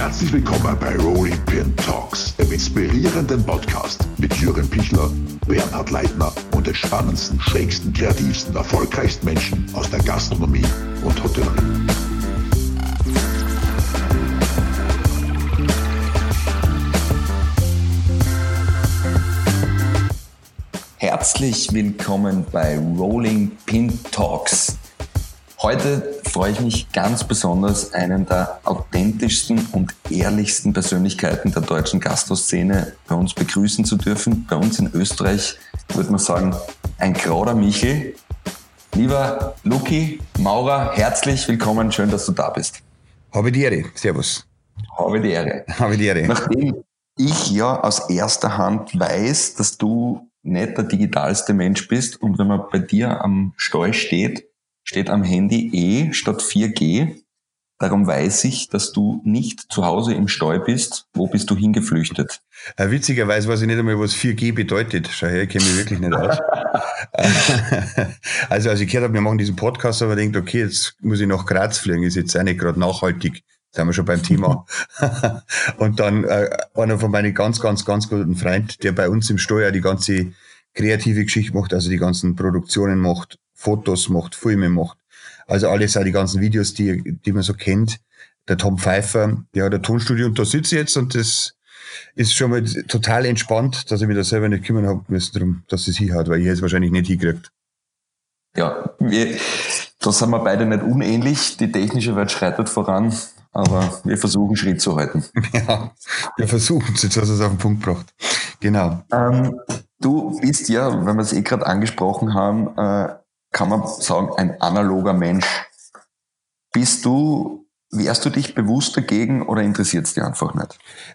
Herzlich willkommen bei Rolling Pin Talks, dem inspirierenden Podcast mit Jürgen Pichler, Bernhard Leitner und den spannendsten, schrägsten, kreativsten, erfolgreichsten Menschen aus der Gastronomie und Hotellerie. Herzlich willkommen bei Rolling Pin Talks. Heute freue ich mich ganz besonders, einen der authentischsten und ehrlichsten Persönlichkeiten der deutschen Gastroszene bei uns begrüßen zu dürfen. Bei uns in Österreich würde man sagen, ein gerader Michel. Lieber Luki Maurer, herzlich willkommen, schön, dass du da bist. Habe die Ehre, servus. Habe die Ehre. Habe die Ehre. Nachdem ich ja aus erster Hand weiß, dass du nicht der digitalste Mensch bist und wenn man bei dir am Stall steht am Handy E statt 4G. Darum weiß ich, dass du nicht zu Hause im Stall bist. Wo bist du hingeflüchtet? Witzigerweise weiß ich nicht einmal, was 4G bedeutet. Schau her, ich kenne mich wirklich nicht aus. Also als ich gehört habe, wir machen diesen Podcast, aber ich denke, okay, jetzt muss ich nach Graz fliegen, ist jetzt auch nicht gerade nachhaltig. Sind wir schon beim Thema. Und dann einer von meinen ganz guten Freunden, der bei uns im Stall ja die ganze kreative Geschichte macht, also die ganzen Produktionen macht, Fotos macht, Filme macht. Also alles, auch die ganzen Videos, die man so kennt. Der Tom Pfeiffer, der hat ein Tonstudio und da sitze ich jetzt und das ist schon mal total entspannt, dass ich mich da selber nicht kümmern habe müssen, darum, dass es hinhaut, weil ich es wahrscheinlich nicht hingekriegt. Ja, da sind wir beide nicht unähnlich. Die technische Welt schreitet voran, aber wir versuchen Schritt zu halten. Ja, wir versuchen es, jetzt hast du es auf den Punkt gebracht. Genau. Du bist ja, wenn wir es gerade angesprochen haben, kann man sagen, ein analoger Mensch. Wehrst du dich bewusst dagegen oder interessiert es dich einfach nicht?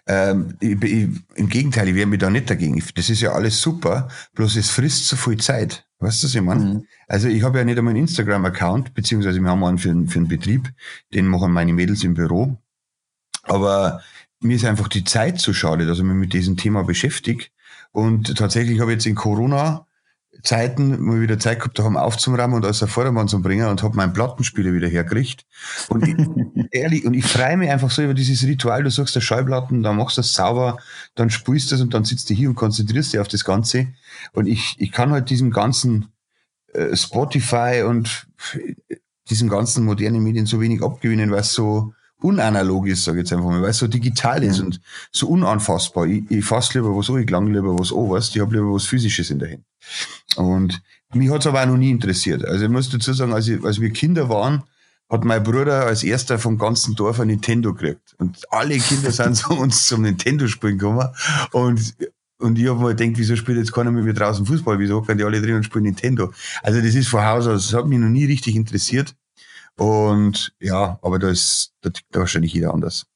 Im Gegenteil, ich wehre mich da nicht dagegen. Das ist ja alles super, bloß es frisst so viel Zeit. Weißt du, was ich meine? Mhm. Also ich habe ja nicht einmal einen Instagram-Account, beziehungsweise wir haben einen für einen Betrieb, den machen meine Mädels im Büro. Aber mir ist einfach die Zeit zu schade, dass ich mich mit diesem Thema beschäftige. Und tatsächlich habe ich jetzt in Corona-Zeiten mal wieder Zeit gehabt, daheim aufzuräumen und alles auf Vordermann zu bringen und habe meinen Plattenspieler wieder hergekriegt. Und ich freue mich einfach so über dieses Ritual. Du suchst eine Schallplatten, dann machst du das sauber, dann spielst du das und dann sitzt du hier und konzentrierst dich auf das Ganze. Und ich kann halt diesem ganzen Spotify und diesen ganzen modernen Medien so wenig abgewinnen, weil es so unanalog ist, sage ich jetzt einfach mal, weil es so digital ist und so unanfassbar. Ich fasse lieber was an, ich lang lieber was an, weißt du, ich habe lieber was Physisches in der Hand. Und mich hat es aber auch noch nie interessiert. Also ich muss dazu sagen, als wir Kinder waren, hat mein Bruder als erster vom ganzen Dorf ein Nintendo gekriegt. Und alle Kinder sind zu uns zum Nintendo-Spielen gekommen. Und ich habe mal gedacht, wieso spielt jetzt keiner mit mir draußen Fußball? Wieso können die alle drin und spielen Nintendo? Also das ist von Haus aus, das hat mich noch nie richtig interessiert. Und ja, aber da tickt wahrscheinlich jeder anders.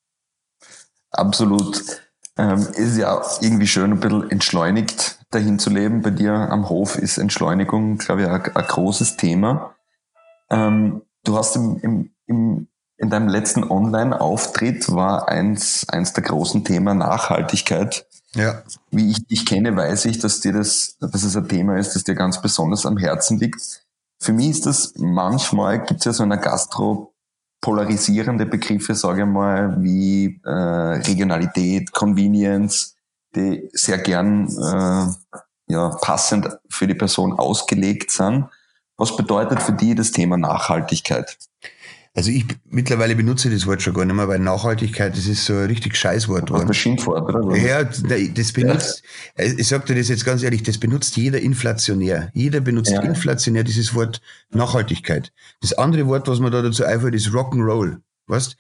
Absolut. Ist ja auch irgendwie schön, ein bisschen entschleunigt dahin zu leben. Bei dir am Hof ist Entschleunigung, glaube ich, ein großes Thema. Du hast in deinem letzten Online-Auftritt war eins der großen Themen Nachhaltigkeit. Ja. Wie ich dich kenne, weiß ich, dass es ein Thema ist, das dir ganz besonders am Herzen liegt. Für mich ist das manchmal, gibt es ja so in der Gastro polarisierende Begriffe, sage ich mal, wie Regionalität, Convenience, die sehr gern passend für die Person ausgelegt sind. Was bedeutet für die das Thema Nachhaltigkeit? Also ich mittlerweile benutze das Wort schon gar nicht mehr, weil Nachhaltigkeit, das ist so ein richtig Scheißwort. Das ist ein Schimpfwort, oder? Ja, das benutzt, ich sag dir das jetzt ganz ehrlich, das benutzt jeder inflationär. Jeder benutzt inflationär dieses Wort Nachhaltigkeit. Das andere Wort, was mir da dazu einfällt, ist Rock'n'Roll. Weißt?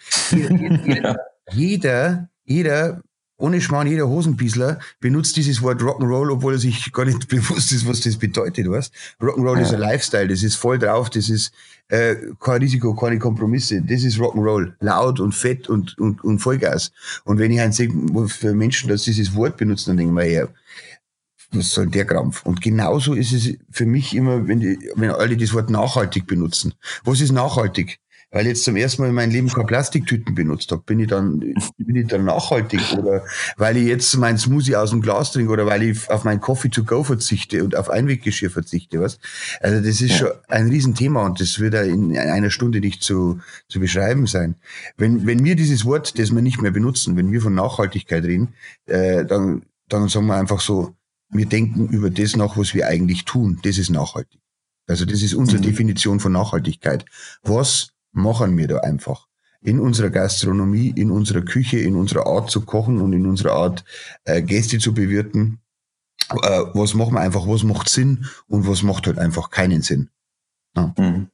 Jeder, ohne Schmarrn, jeder Hosenpiesler benutzt dieses Wort Rock'n'Roll, obwohl er sich gar nicht bewusst ist, was das bedeutet, weißt? Rock'n'Roll ist ein Lifestyle, das ist voll drauf, das ist kein Risiko, keine Kompromisse, das ist Rock'n'Roll, laut und fett und Vollgas. Und wenn ich einen sehe, für Menschen, dass dieses Wort benutzen, dann denke ich mir, ja, was soll der Krampf? Und genauso ist es für mich immer, wenn alle das Wort nachhaltig benutzen. Was ist nachhaltig? weil ich jetzt zum ersten Mal in meinem Leben keine Plastiktüten benutzt habe, bin ich dann nachhaltig, oder weil ich jetzt mein Smoothie aus dem Glas trinke, oder weil ich auf mein Coffee to go verzichte und auf Einweggeschirr verzichte, was? Also das ist schon ein Riesenthema, und das wird ja in einer Stunde nicht zu beschreiben sein. Wenn wir dieses Wort, das wir nicht mehr benutzen, wenn wir von Nachhaltigkeit reden, dann sagen wir einfach so, wir denken über das nach, was wir eigentlich tun. Das ist nachhaltig. Also das ist unsere Definition von Nachhaltigkeit. Was machen wir da einfach? In unserer Gastronomie, in unserer Küche, in unserer Art zu kochen und in unserer Art Gäste zu bewirten. Was machen wir einfach? Was macht Sinn und was macht halt einfach keinen Sinn? Ja.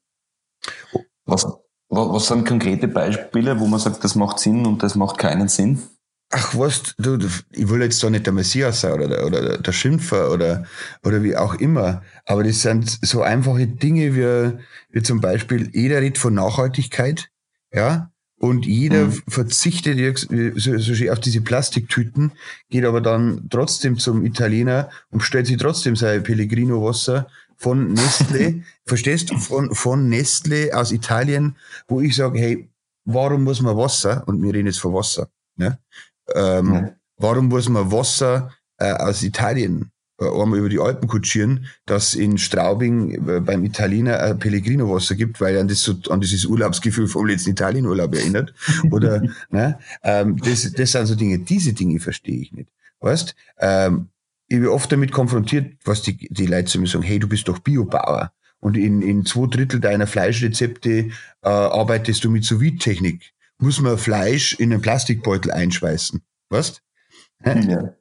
Was sind konkrete Beispiele, wo man sagt, das macht Sinn und das macht keinen Sinn? Ach, was, du, ich will jetzt da nicht der Messias sein oder der Schimpfer oder wie auch immer, aber das sind so einfache Dinge wie zum Beispiel, jeder redet von Nachhaltigkeit, ja, und jeder verzichtet so auf diese Plastiktüten, geht aber dann trotzdem zum Italiener und stellt sich trotzdem sein Pellegrino-Wasser von Nestlé, verstehst du, von Nestlé aus Italien, wo ich sage, hey, warum muss man Wasser, und wir reden jetzt von Wasser, ne? Warum muss man Wasser aus Italien einmal über die Alpen kutschieren, dass in Straubing beim Italiener ein Pellegrino-Wasser gibt, weil an dieses Urlaubsgefühl vom letzten Italienurlaub erinnert? Oder, ne? Das sind so Dinge, diese Dinge verstehe ich nicht. Weißt? Ich bin oft damit konfrontiert, was die Leute zu mir sagen, hey, du bist doch Biobauer. Und in 2/3 deiner Fleischrezepte arbeitest du mit Sous-Vide-Technik. Muss man Fleisch in einen Plastikbeutel einschweißen. Weißt? Ja.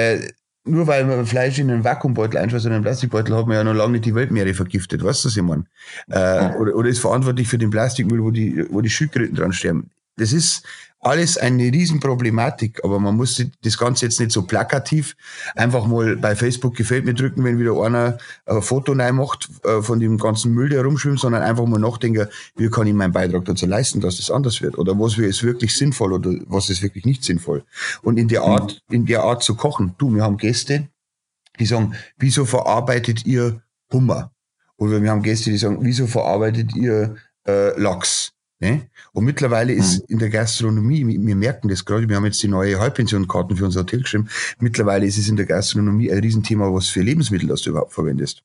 Nur weil man Fleisch in einen Vakuumbeutel einschweißt oder in einen Plastikbeutel, hat man ja noch lange nicht die Weltmeere vergiftet. Weißt du, was ich meine? Oder ist verantwortlich für den Plastikmüll, wo die Schildkröten dran sterben. Das ist alles eine Riesenproblematik, aber man muss das Ganze jetzt nicht so plakativ einfach mal bei Facebook gefällt mir drücken, wenn wieder einer ein Foto reinmacht von dem ganzen Müll, der herumschwimmt, sondern einfach mal nachdenken, wie kann ich meinen Beitrag dazu leisten, dass das anders wird, oder was ist wirklich sinnvoll oder was ist wirklich nicht sinnvoll. Und in der Art zu kochen. Wir haben Gäste, die sagen, wieso verarbeitet ihr Hummer? Oder wir haben Gäste, die sagen, wieso verarbeitet ihr Lachs? Ne? Und mittlerweile ist in der Gastronomie, wir merken das gerade, wir haben jetzt die neue Halbpensionkarten für unser Hotel geschrieben, mittlerweile ist es in der Gastronomie ein Riesenthema, was für Lebensmittel das du überhaupt verwendest.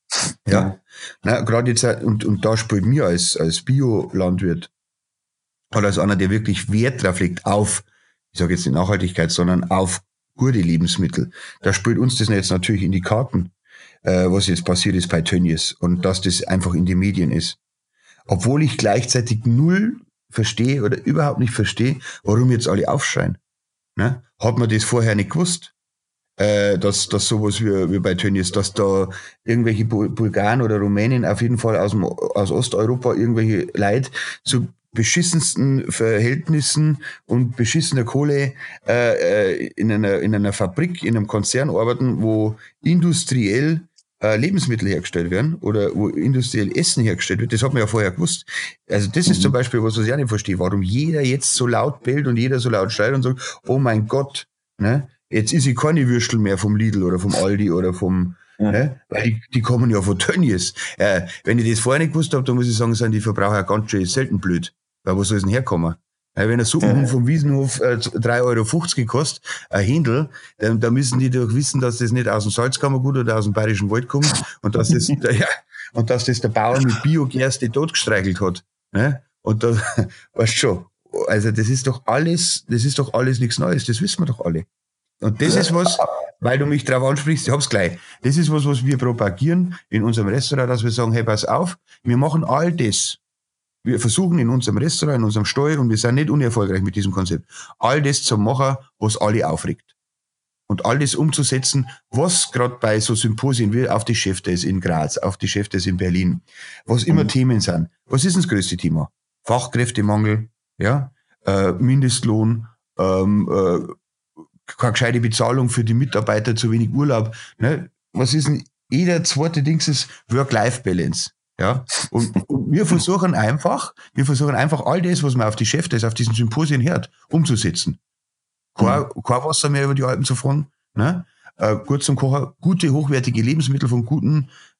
Ja. Na, gerade jetzt, und da spielt mir als Bio-Landwirt oder als einer, der wirklich Wert drauf legt auf, ich sage jetzt nicht Nachhaltigkeit, sondern auf gute Lebensmittel, da spielt uns das jetzt natürlich in die Karten, was jetzt passiert ist bei Tönnies und dass das einfach in den Medien ist. Obwohl ich gleichzeitig null verstehe oder überhaupt nicht verstehe, warum jetzt alle aufschreien. Ne? Hat man das vorher nicht gewusst? Dass sowas wie bei Tönnies, dass da irgendwelche Bulgaren oder Rumänen, auf jeden Fall aus Osteuropa, irgendwelche Leute zu beschissensten Verhältnissen und beschissener Kohle in einer Fabrik, in einem Konzern arbeiten, wo industriell Lebensmittel hergestellt werden oder wo industriell Essen hergestellt wird, das hat man ja vorher gewusst. Also das ist zum Beispiel was ich auch nicht verstehe, warum jeder jetzt so laut bellt und jeder so laut schreit und sagt, oh mein Gott, ne, jetzt ist ich keine Würstel mehr vom Lidl oder vom Aldi oder vom, ne, weil die kommen ja von Tönnies. Wenn ich das vorher nicht gewusst habe, dann muss ich sagen, sind die Verbraucher ganz schön selten blöd, weil wo soll es denn herkommen? Wenn ein Suppenhuhn vom Wiesenhof 3,50 € gekostet, ein Händel, da müssen die doch wissen, dass das nicht aus dem Salzkammergut oder aus dem Bayerischen Wald kommt und dass das, der Bauer mit Biogerste totgestreichelt hat. Ne? Und da, weißt schon, also das ist doch alles nichts Neues, das wissen wir doch alle. Und das ist was, weil du mich drauf ansprichst, ich hab's gleich. Das ist was wir propagieren in unserem Restaurant, dass wir sagen, hey, pass auf, wir machen all das. Wir versuchen in unserem Restaurant, in unserem Stall, und wir sind nicht unerfolgreich mit diesem Konzept, all das zu machen, was alle aufregt. Und all das umzusetzen, was gerade bei so Symposien wie auf die Chefs in Graz, auf die Chefs in Berlin, was immer Themen sind. Was ist denn das größte Thema? Fachkräftemangel, ja, Mindestlohn, keine gescheite Bezahlung für die Mitarbeiter, zu wenig Urlaub. Ne? Was ist denn jeder zweite Dings ist Work-Life-Balance. Ja, und wir versuchen einfach all das, was man auf die Chefs, auf diesen Symposien hört, umzusetzen. Kein Wasser mehr über die Alpen zu fahren, ne? Gut zum Kochen, gute, hochwertige Lebensmittel von guten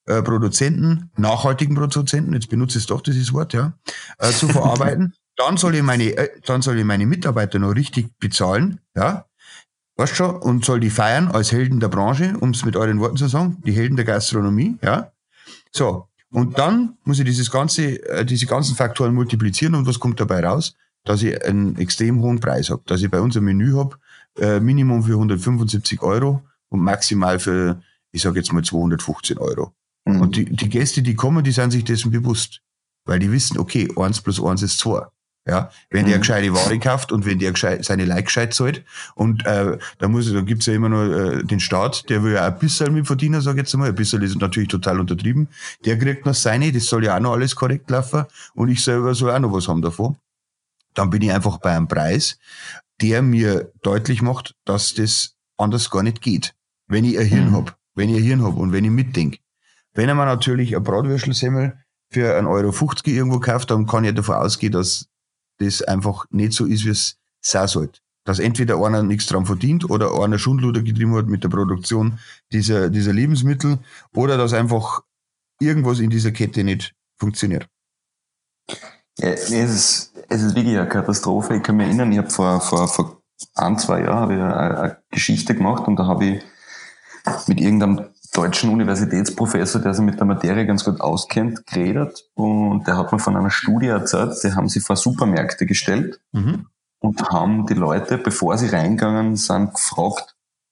Produzenten, nachhaltigen Produzenten, jetzt benutze ich doch dieses Wort, ja, zu verarbeiten. Dann soll ich meine Mitarbeiter noch richtig bezahlen, ja, weißt schon, und soll die feiern als Helden der Branche, um es mit euren Worten zu sagen, die Helden der Gastronomie, ja. So, und dann muss ich diese ganzen Faktoren multiplizieren und was kommt dabei raus? Dass ich einen extrem hohen Preis habe, dass ich bei uns ein Menü habe, Minimum für 175 € und maximal für, ich sage jetzt mal 215 €. Mhm. Und die Gäste, die kommen, die sind sich dessen bewusst, weil die wissen, okay, 1 + 1 ist 2. Ja, wenn der gescheite Ware kauft und wenn der seine Like gescheit zahlt und da gibt's ja immer nur den Staat, der will ja ein bisschen mit verdienen, sag ich jetzt mal, ein bisschen ist natürlich total untertrieben, der kriegt noch seine, das soll ja auch noch alles korrekt laufen und ich selber soll auch noch was haben davon. Dann bin ich einfach bei einem Preis, der mir deutlich macht, dass das anders gar nicht geht. Wenn ich ein Hirn habe und wenn ich mitdenke. Wenn man natürlich ein Bratwürstel-Semmel für 1,50 € irgendwo kauft, dann kann ich davon ausgehen, dass das einfach nicht so ist, wie es sein sollte. Dass entweder einer nichts dran verdient oder einer Schundluder getrieben hat mit der Produktion dieser Lebensmittel oder dass einfach irgendwas in dieser Kette nicht funktioniert. Ja, es ist wirklich eine Katastrophe. Ich kann mich erinnern, ich habe vor 1-2 Jahren eine Geschichte gemacht und da habe ich mit irgendeinem deutschen Universitätsprofessor, der sich mit der Materie ganz gut auskennt, geredet und der hat mir von einer Studie erzählt, die haben sie vor Supermärkte gestellt und haben die Leute, bevor sie reingegangen sind, gefragt,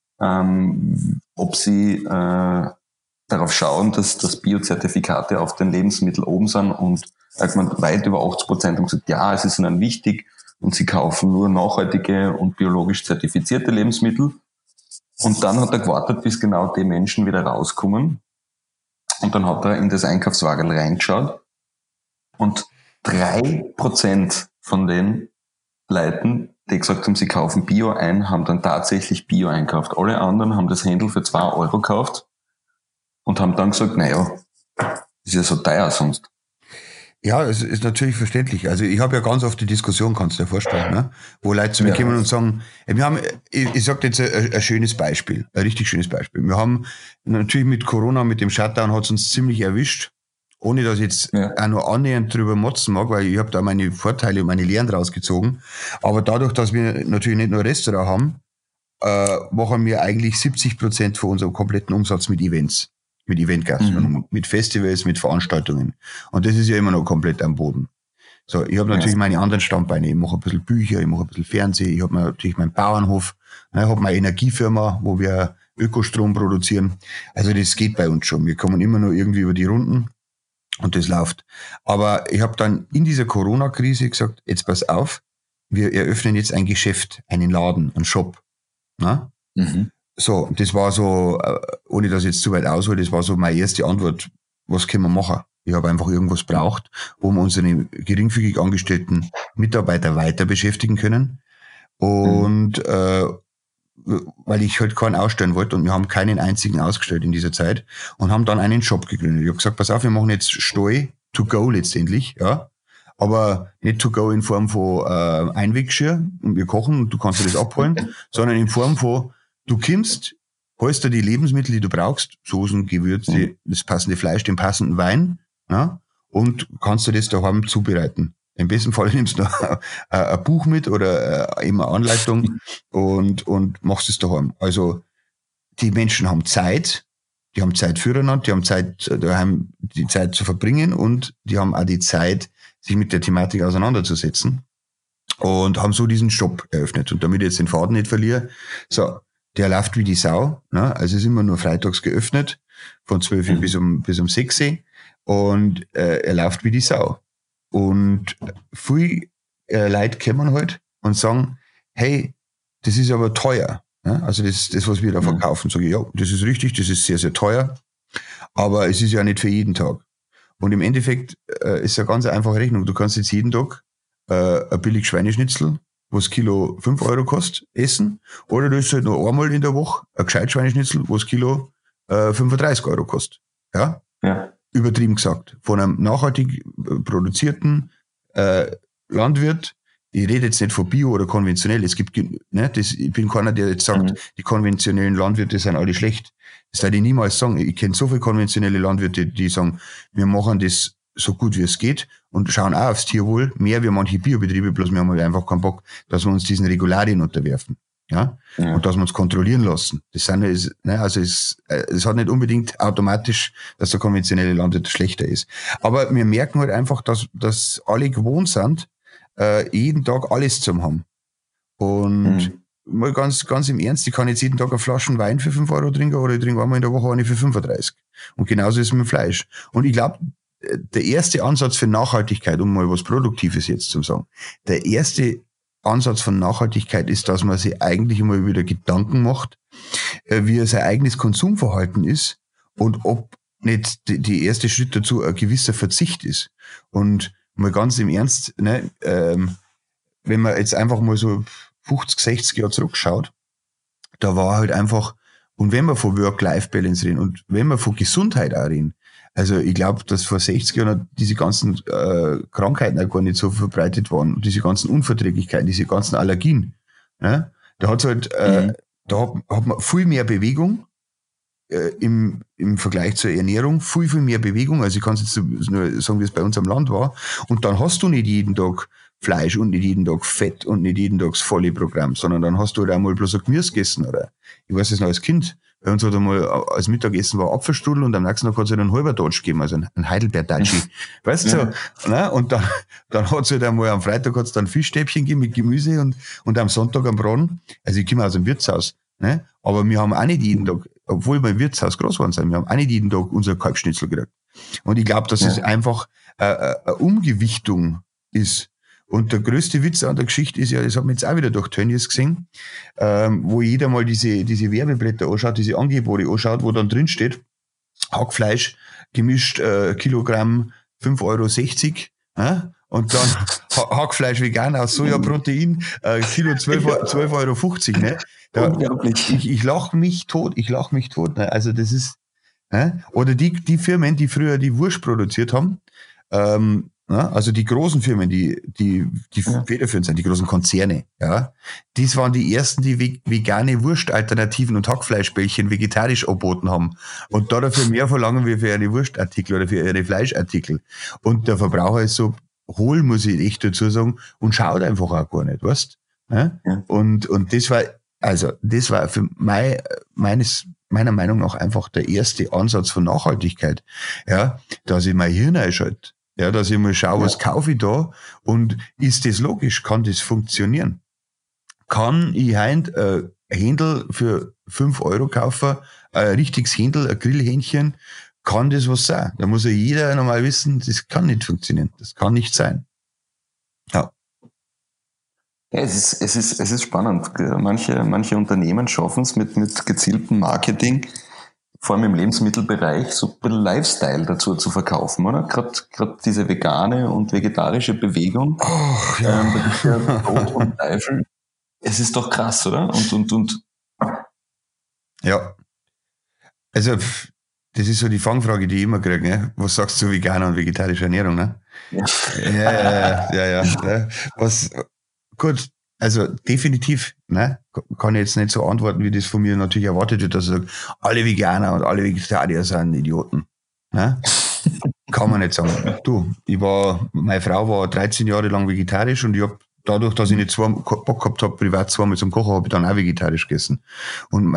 ob sie darauf schauen, dass Biozertifikate auf den Lebensmitteln oben sind und weit über 80% haben gesagt, ja, es ist ihnen wichtig und sie kaufen nur nachhaltige und biologisch zertifizierte Lebensmittel. Und dann hat er gewartet, bis genau die Menschen wieder rauskommen. Und dann hat er in das Einkaufswagen reingeschaut. Und 3% von den Leuten, die gesagt haben, sie kaufen Bio ein, haben dann tatsächlich Bio einkauft. Alle anderen haben das Händel für 2 € gekauft und haben dann gesagt, naja, ist ja so teuer sonst. Ja, es ist natürlich verständlich. Also ich habe ja ganz oft die Diskussion, kannst du dir vorstellen, ne? Wo Leute zu mir kommen und sagen, ich sage jetzt ein schönes Beispiel, ein richtig schönes Beispiel. Wir haben natürlich mit Corona, mit dem Shutdown hat es uns ziemlich erwischt, ohne dass ich jetzt auch nur annähernd drüber motzen mag, weil ich habe da meine Vorteile und meine Lehren draus gezogen. Aber dadurch, dass wir natürlich nicht nur Restaurant haben, machen wir eigentlich 70% von unserem kompletten Umsatz mit Events. Mit Eventgastronomie, mit Festivals, mit Veranstaltungen. Und das ist ja immer noch komplett am Boden. So, ich habe natürlich meine anderen Standbeine. Ich mache ein bisschen Bücher, ich mache ein bisschen Fernsehen, ich habe natürlich meinen Bauernhof, ich habe meine Energiefirma, wo wir Ökostrom produzieren. Also das geht bei uns schon. Wir kommen immer nur irgendwie über die Runden und das läuft. Aber ich habe dann in dieser Corona-Krise gesagt, jetzt pass auf, wir eröffnen jetzt ein Geschäft, einen Laden, einen Shop. Na? So, das war so, ohne dass ich jetzt zu weit aushole, das war so meine erste Antwort, was können wir machen? Ich habe einfach irgendwas braucht, wo wir unsere geringfügig angestellten Mitarbeiter weiter beschäftigen können. Und weil ich halt keinen ausstellen wollte und wir haben keinen einzigen ausgestellt in dieser Zeit und haben dann einen Shop gegründet. Ich habe gesagt, pass auf, wir machen jetzt Stall to go letztendlich, ja. Aber nicht to go in Form von Einweggeschirr und wir kochen und du kannst dir das abholen, sondern in Form von du kommst, holst dir die Lebensmittel, die du brauchst, Soßen, Gewürze, das passende Fleisch, den passenden Wein, ja, und kannst du das daheim zubereiten. Im besten Fall nimmst du noch ein Buch mit oder eben eine Anleitung und machst es daheim. Also die Menschen haben Zeit, die haben Zeit füreinander, die haben Zeit, daheim die Zeit zu verbringen und die haben auch die Zeit, sich mit der Thematik auseinanderzusetzen und haben so diesen Shop eröffnet. Und damit ich jetzt den Faden nicht verliere, so, der läuft wie die Sau, ne? Also ist immer nur freitags geöffnet, von 12 Uhr bis um 6 Uhr. Und er läuft wie die Sau. Und viele Leute kommen halt und sagen, hey, das ist aber teuer. Ne? Also das, was wir da verkaufen. Sage ich, ja, das ist richtig, das ist sehr, sehr teuer. Aber es ist ja nicht für jeden Tag. Und im Endeffekt ist eine ganz einfache Rechnung. Du kannst jetzt jeden Tag ein billig Schweineschnitzel, wo das Kilo 5 € kostet, essen. Oder du isst halt nur einmal in der Woche ein gescheit Schweineschnitzel, wo das Kilo 35 € kostet. Ja? Übertrieben gesagt. Von einem nachhaltig produzierten Landwirt, ich rede jetzt nicht von Bio oder konventionell. Es gibt, ne, ich bin keiner, der jetzt sagt, die konventionellen Landwirte sind alle schlecht. Das werde ich niemals sagen. Ich kenne so viele konventionelle Landwirte, die sagen, wir machen das so gut wie es geht und schauen auch aufs Tierwohl, mehr wie manche Biobetriebe, bloß wir haben halt einfach keinen Bock, dass wir uns diesen Regularien unterwerfen. Ja? Und dass wir uns kontrollieren lassen. Das sind, ne, also es hat nicht unbedingt automatisch, dass der konventionelle Landwirt schlechter ist. Aber wir merken halt einfach, dass alle gewohnt sind, jeden Tag alles zu haben. Und mal ganz im Ernst, ich kann jetzt jeden Tag eine Flasche Wein für 5 Euro trinken oder ich trinke einmal in der Woche eine für 35. Und genauso ist es mit dem Fleisch. Und ich glaube, der erste Ansatz für Nachhaltigkeit, um mal was Produktives jetzt zu sagen, der erste Ansatz von Nachhaltigkeit ist, dass man sich eigentlich immer wieder Gedanken macht, wie sein eigenes Konsumverhalten ist und ob nicht der erste Schritt dazu ein gewisser Verzicht ist. Und mal ganz im Ernst, ne, wenn man jetzt einfach mal so 50, 60 Jahre zurückschaut, da war halt einfach, und wenn wir von Work-Life-Balance reden und wenn wir von Gesundheit auch reden, also ich glaube, dass vor 60 Jahren diese ganzen Krankheiten auch gar nicht so verbreitet waren, diese ganzen Unverträglichkeiten, diese ganzen Allergien. Ne? Da hat's halt, da hat man viel mehr Bewegung im Vergleich zur Ernährung, viel mehr Bewegung. Also ich kann jetzt nur sagen, wie es bei uns am Land war. Und dann hast du nicht jeden Tag Fleisch und nicht jeden Tag Fett und nicht jeden Tag das volle Programm, sondern dann hast du halt einmal bloß ein Gemüse gegessen. Oder ich weiß es noch als Kind, bei uns hat einmal als Mittagessen war Apfelstrudel und am nächsten Tag hat es halt einen halber Dodge gegeben, also ein Heidelbeer-Datschi. Weißt du, so, ne? Und dann hat es halt einmal am Freitag hat's dann Fischstäbchen gegeben mit Gemüse und am Sonntag am Braten. Also ich komme aus dem Wirtshaus, ne? Aber wir haben auch nicht jeden Tag, obwohl wir im Wirtshaus groß waren sind, wir haben auch nicht jeden Tag unser Kalbschnitzel gekriegt. Und ich glaube, dass es einfach eine Umgewichtung ist. Und der größte Witz an der Geschichte ist ja, das hat man jetzt auch wieder durch Tönnies gesehen, wo jeder mal diese Werbeblätter anschaut, diese Angebote anschaut, wo dann drin steht, Hackfleisch gemischt, Kilogramm 5,60 €, und dann Hackfleisch vegan aus Sojaprotein, Kilo 12,50 €, ne? Unglaublich. Ich lach mich tot, ne? Also das ist, ne? Oder die Firmen, die früher die Wurst produziert haben, ja, also die großen Firmen, die federführend sind, die großen Konzerne, ja, dies waren die ersten, die vegane Wurstalternativen und Hackfleischbällchen vegetarisch angeboten haben und da dafür mehr verlangen wie für ihre Wurstartikel oder für ihre Fleischartikel. Und der Verbraucher ist so hohl, muss ich echt dazu sagen, und schaut einfach auch gar nicht, weißt? Ja? Und das war für meiner Meinung nach einfach der erste Ansatz von Nachhaltigkeit, ja, dass ich mein Hirn einschalte. Ja, dass ich mal schaue, was kaufe ich da und ist das logisch? Kann das funktionieren? Kann ich heute ein Händel für 5 € kaufen, ein richtiges Händel, ein Grillhähnchen? Kann das was sein? Da muss ja jeder normal wissen, das kann nicht funktionieren. Das kann nicht sein. Ja. Ja, es ist spannend. Manche Unternehmen schaffen es mit gezieltem Marketing, vor allem im Lebensmittelbereich, so ein bisschen Lifestyle dazu zu verkaufen, oder? Gerade diese vegane und vegetarische Bewegung. Oh, ja. Tod und Teufel. Es ist doch krass, oder? Und. Ja. Also, das ist so die Fangfrage, die ich immer kriege, ne? Was sagst du zu veganer und vegetarischer Ernährung, ne? Ja. Was, gut. Also definitiv, ne, kann ich jetzt nicht so antworten, wie das von mir natürlich erwartet wird, dass ich sage, alle Veganer und alle Vegetarier sind Idioten. Ne? Kann man nicht sagen. Du, meine Frau war 13 Jahre lang vegetarisch und ich habe dadurch, dass ich nicht Bock gehabt habe, privat zweimal zum Kochen, habe ich dann auch vegetarisch gegessen. Und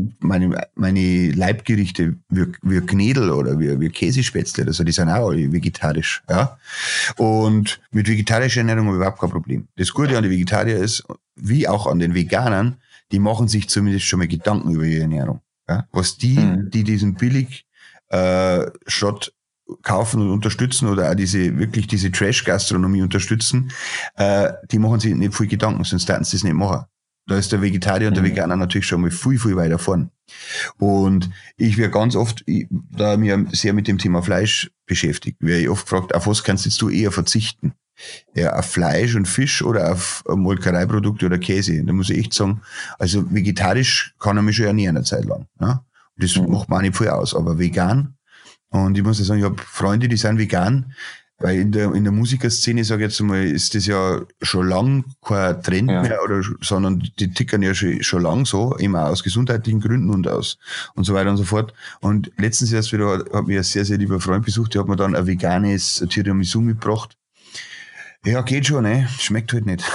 meine Leibgerichte, wie Knädel oder wie Käsespätzle, also die sind auch alle vegetarisch. Ja? Und mit vegetarischer Ernährung habe ich überhaupt kein Problem. Das Gute an den Vegetariern ist, wie auch an den Veganern, die machen sich zumindest schon mal Gedanken über ihre Ernährung. Ja? Was die diesen billig Schrott kaufen und unterstützen oder auch diese Trash-Gastronomie unterstützen, die machen sich nicht viel Gedanken, sonst hätten sie das nicht machen. Da ist der Vegetarier und der Veganer natürlich schon mal viel, viel weiter vorn. Und ich werde ganz oft, da mir sehr mit dem Thema Fleisch beschäftigt, werde ich oft gefragt, auf was kannst jetzt du eher verzichten? Ja, auf Fleisch und Fisch oder auf Molkereiprodukte oder Käse? Da muss ich echt sagen, also vegetarisch kann er mich schon ernähren eine Zeit lang. Ne? Das macht mir auch nicht viel aus, aber vegan. Und ich muss ja sagen, ich habe Freunde, die sind vegan. Weil in der Musikerszene, sage ich jetzt mal, ist das ja schon lang kein Trend mehr, sondern die tickern ja schon lang so, eben auch aus gesundheitlichen Gründen und so weiter und so fort. Und letztens erst wieder hat mich ein sehr, sehr lieber Freund besucht, der hat mir dann ein veganes Tiramisu mitgebracht. Ja, geht schon, ne? Schmeckt halt nicht.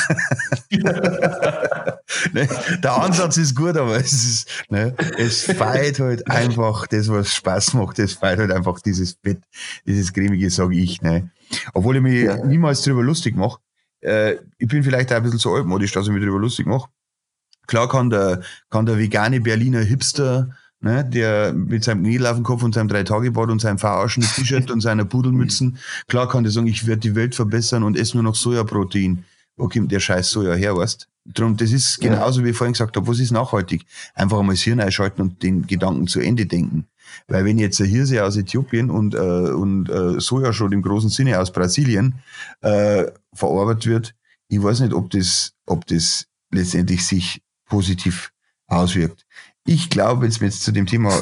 Ne? Der Ansatz ist gut, aber es feiert halt einfach das, was Spaß macht. Es feiert halt einfach dieses Fett, dieses cremige, sage ich, ne? Obwohl ich mich niemals drüber lustig mache. Ich bin vielleicht auch ein bisschen so altmodisch, dass ich mich drüber lustig mache. Klar kann der vegane Berliner Hipster, ne, der mit seinem Knädel auf dem Kopf und seinem 3-Tage-Bad und seinem verarschenden T-Shirt und seiner Pudelmützen, klar kann der sagen, ich werde die Welt verbessern und esse nur noch Sojaprotein. Wo kommt der scheiß Soja her, weißt? Drum, das ist genauso, wie ich vorhin gesagt habe, was ist nachhaltig? Einfach einmal das Hirn einschalten und den Gedanken zu Ende denken. Weil wenn jetzt ein Hirse aus Äthiopien und Sojaschrot im großen Sinne aus Brasilien verarbeitet wird, ich weiß nicht, ob das letztendlich sich positiv auswirkt. Ich glaube, jetzt zu dem Thema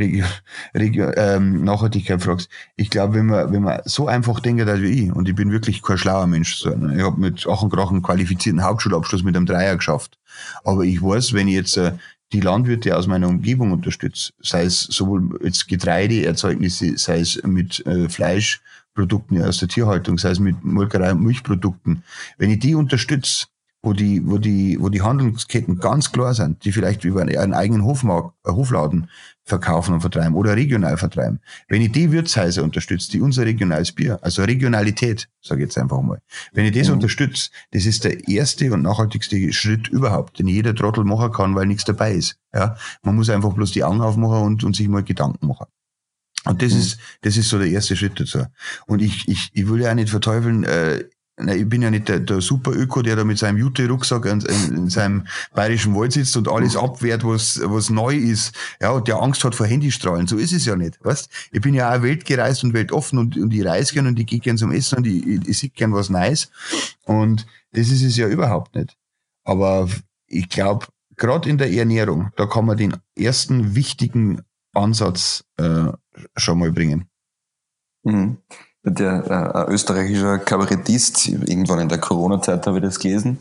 Nachhaltigkeit fragst, ich glaube, wenn man so einfach denkt wie ich, und ich bin wirklich kein schlauer Mensch, so, ne? Ich habe mit Ach und Krach einen qualifizierten Hauptschulabschluss mit einem 3er geschafft. Aber ich weiß, wenn ich jetzt die Landwirte aus meiner Umgebung unterstütze, sei es sowohl jetzt Getreideerzeugnisse, sei es mit Fleischprodukten aus der Tierhaltung, sei es mit Molkerei und Milchprodukten, wenn ich die unterstütze, wo die Handelsketten ganz klar sind, die vielleicht über einen eigenen Hofladen verkaufen und vertreiben oder regional vertreiben. Wenn ich die Wirtshäuser unterstütze, die unser regionales Bier, also Regionalität, sage ich jetzt einfach mal, wenn ich das unterstütze, das ist der erste und nachhaltigste Schritt überhaupt, den jeder Trottel machen kann, weil nichts dabei ist. Ja, man muss einfach bloß die Augen aufmachen und sich mal Gedanken machen. Und das ist so der erste Schritt dazu. Und ich will ja auch nicht verteufeln, ich bin ja nicht der Super-Öko, der da mit seinem Jute-Rucksack in seinem bayerischen Wald sitzt und alles abwehrt, was neu ist, ja, und der Angst hat vor Handystrahlen. So ist es ja nicht, weißt? Ich bin ja auch weltgereist und weltoffen und ich reise gern und ich gehe gern zum Essen und ich sehe gern was Neues. Und das ist es ja überhaupt nicht. Aber ich glaube, gerade in der Ernährung, da kann man den ersten wichtigen Ansatz schon mal bringen. Mhm. Der österreichischer Kabarettist, irgendwann in der Corona-Zeit habe ich das gelesen,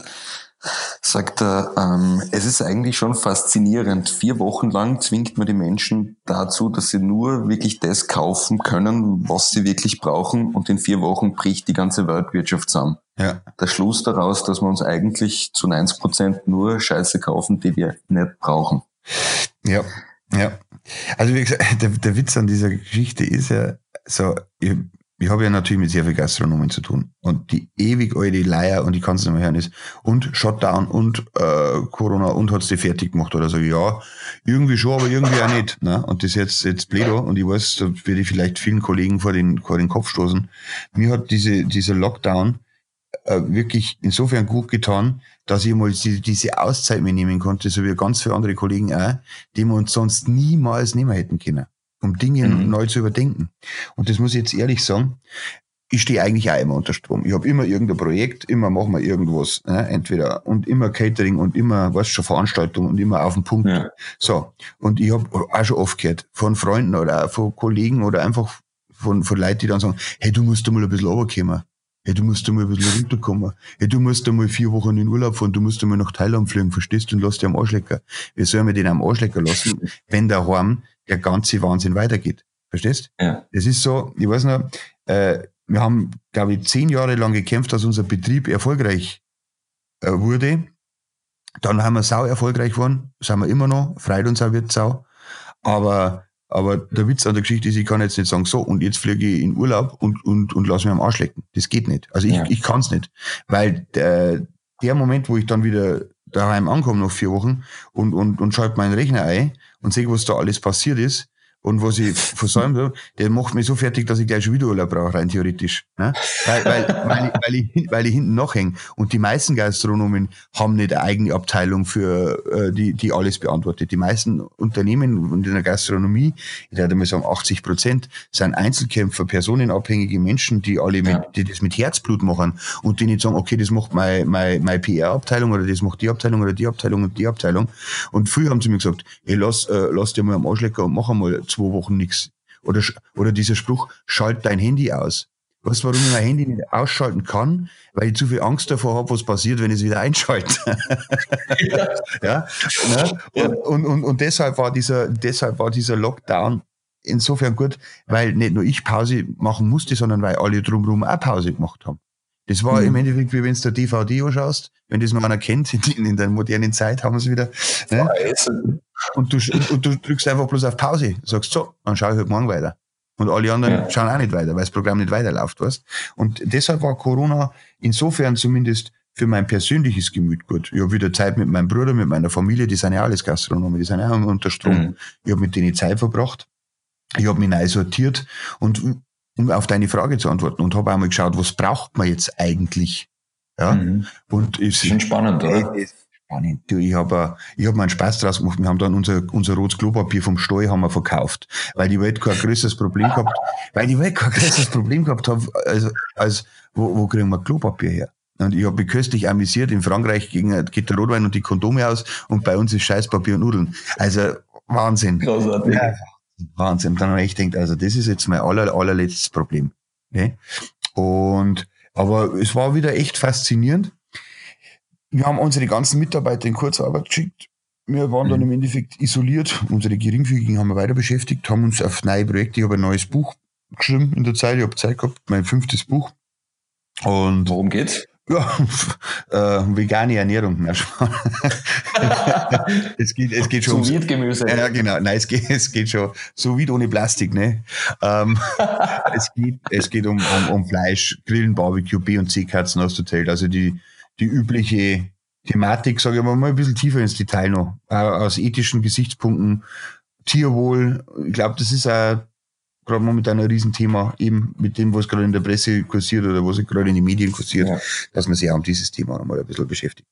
sagt er, es ist eigentlich schon faszinierend. 4 Wochen lang zwingt man die Menschen dazu, dass sie nur wirklich das kaufen können, was sie wirklich brauchen, und in 4 Wochen bricht die ganze Weltwirtschaft zusammen. Ja. Der Schluss daraus, dass wir uns eigentlich zu 90% nur Scheiße kaufen, die wir nicht brauchen. Ja. Also wie gesagt, der Witz an dieser Geschichte ist ja so, ich habe ja natürlich mit sehr viel Gastronomen zu tun. Und die ewig alte Leier, und ich kann es nicht mehr hören, ist, und Shutdown und Corona und hat's die fertig gemacht oder so. Ja, irgendwie schon, aber irgendwie auch nicht. Ne? Und das ist jetzt Bledo, und ich weiß, da werde ich vielleicht vielen Kollegen vor den Kopf stoßen. Mir hat dieser Lockdown wirklich insofern gut getan, dass ich mal diese Auszeit mir nehmen konnte, so wie ganz viele andere Kollegen auch, die wir uns sonst niemals nehmen hätten können, um Dinge neu zu überdenken. Und das muss ich jetzt ehrlich sagen, ich stehe eigentlich auch immer unter Strom. Ich habe immer irgendein Projekt, immer machen wir irgendwas, ne? Entweder, und immer Catering und immer, weißt schon, Veranstaltungen und immer auf den Punkt. Ja. So, und ich habe auch schon oft gehört von Freunden oder auch von Kollegen oder einfach von Leuten, die dann sagen, hey, du musst da mal ein bisschen runterkommen. Hey, du musst da mal ein bisschen runterkommen. Hey, du musst da mal 4 Wochen in den Urlaub fahren, du musst da mal nach Thailand fliegen, verstehst du, und lass dich am Arschlecker. Wie sollen wir den am Arschlecker lassen, wenn daheim der ganze Wahnsinn weitergeht? Verstehst? Ja. Das ist so, ich weiß noch, wir haben, glaube ich, 10 Jahre lang gekämpft, dass unser Betrieb erfolgreich wurde. Dann haben wir sau erfolgreich geworden, sind wir immer noch, freut uns auch Wirtsau. Aber der Witz an der Geschichte ist, ich kann jetzt nicht sagen, so, und jetzt fliege ich in Urlaub und lass mich am Arsch lecken. Das geht nicht. Also ich kann es nicht. Weil der Moment, wo ich dann wieder daheim ankomme nach 4 Wochen und schalte meinen Rechner ein und sehe, was da alles passiert ist und was ich versäumt habe, der macht mich so fertig, dass ich gleich schon wieder Urlaub brauche, rein theoretisch. Ne? Weil ich hinten nachhänge. Und die meisten Gastronomen haben nicht eine eigene Abteilung für die alles beantwortet. Die meisten Unternehmen in der Gastronomie, ich würde mal sagen 80%, sind Einzelkämpfer, personenabhängige Menschen, die die das mit Herzblut machen und die nicht sagen, okay, das macht meine PR-Abteilung oder das macht die Abteilung oder die Abteilung und die Abteilung. Und früher haben sie mir gesagt, hey, lass dir mal am Arsch lecken und mach einmal 2 Wochen nichts. Oder dieser Spruch, schalt dein Handy aus. Weißt du, warum ich mein Handy nicht ausschalten kann? Weil ich zu viel Angst davor habe, was passiert, wenn ich es wieder einschalte. Ja, ne? Und deshalb war dieser Lockdown insofern gut, weil nicht nur ich Pause machen musste, sondern weil alle drumherum auch Pause gemacht haben. Das war im Endeffekt, wie wenn du der DVD anschaust, wenn das noch einer kennt, in der modernen Zeit haben wir es wieder. Ne? Und du drückst einfach bloß auf Pause, sagst so, dann schaue ich halt morgen weiter. Und alle anderen schauen auch nicht weiter, weil das Programm nicht weiterläuft, weißt. Und deshalb war Corona insofern zumindest für mein persönliches Gemüt gut. Ich habe wieder Zeit mit meinem Bruder, mit meiner Familie, die sind ja alles Gastronomen, die sind ja unter Strom. Ich habe mit denen Zeit verbracht. Ich habe mich neu sortiert und um auf deine Frage zu antworten und habe auch mal geschaut, was braucht man jetzt eigentlich? Ja. Und ist schon spannend, oder? Spannend. Du, ich hab mir einen Spaß draus gemacht. Wir haben dann unser rotes Klopapier vom Stall haben wir verkauft, weil die Welt kein größeres Problem gehabt, hat, als wo kriegen wir Klopapier her? Und ich habe mich köstlich amüsiert. In Frankreich geht der Rotwein und die Kondome aus und bei uns ist Scheißpapier und Nudeln. Also Wahnsinn. Großartig. Ja. Wahnsinn. Dann habe ich gedacht, also das ist jetzt mein allerletztes Problem. Ne? Aber es war wieder echt faszinierend. Wir haben unsere ganzen Mitarbeiter in Kurzarbeit geschickt. Wir waren dann im Endeffekt isoliert. Unsere Geringfügigen haben wir weiter beschäftigt, haben uns auf neue Projekte. Ich habe ein neues Buch geschrieben in der Zeit. Ich habe Zeit gehabt, mein 5. Buch. Und worum geht's? Ja, vegane Ernährung. Es geht schon. Sous-Vide-Gemüse. Ja, genau. Nein, es geht schon. Sous-Vide ohne Plastik, ne? Es geht um Fleisch, Grillen, Barbecue, B- und C-Katzen hast du erzählt. Also die übliche Thematik, sage ich mal ein bisschen tiefer ins Detail noch. Aus ethischen Gesichtspunkten, Tierwohl. Ich glaube, das ist auch gerade momentan ein Riesenthema, eben mit dem, was gerade in der Presse kursiert oder was gerade in den Medien kursiert, dass man sich auch um dieses Thema nochmal ein bisschen beschäftigt.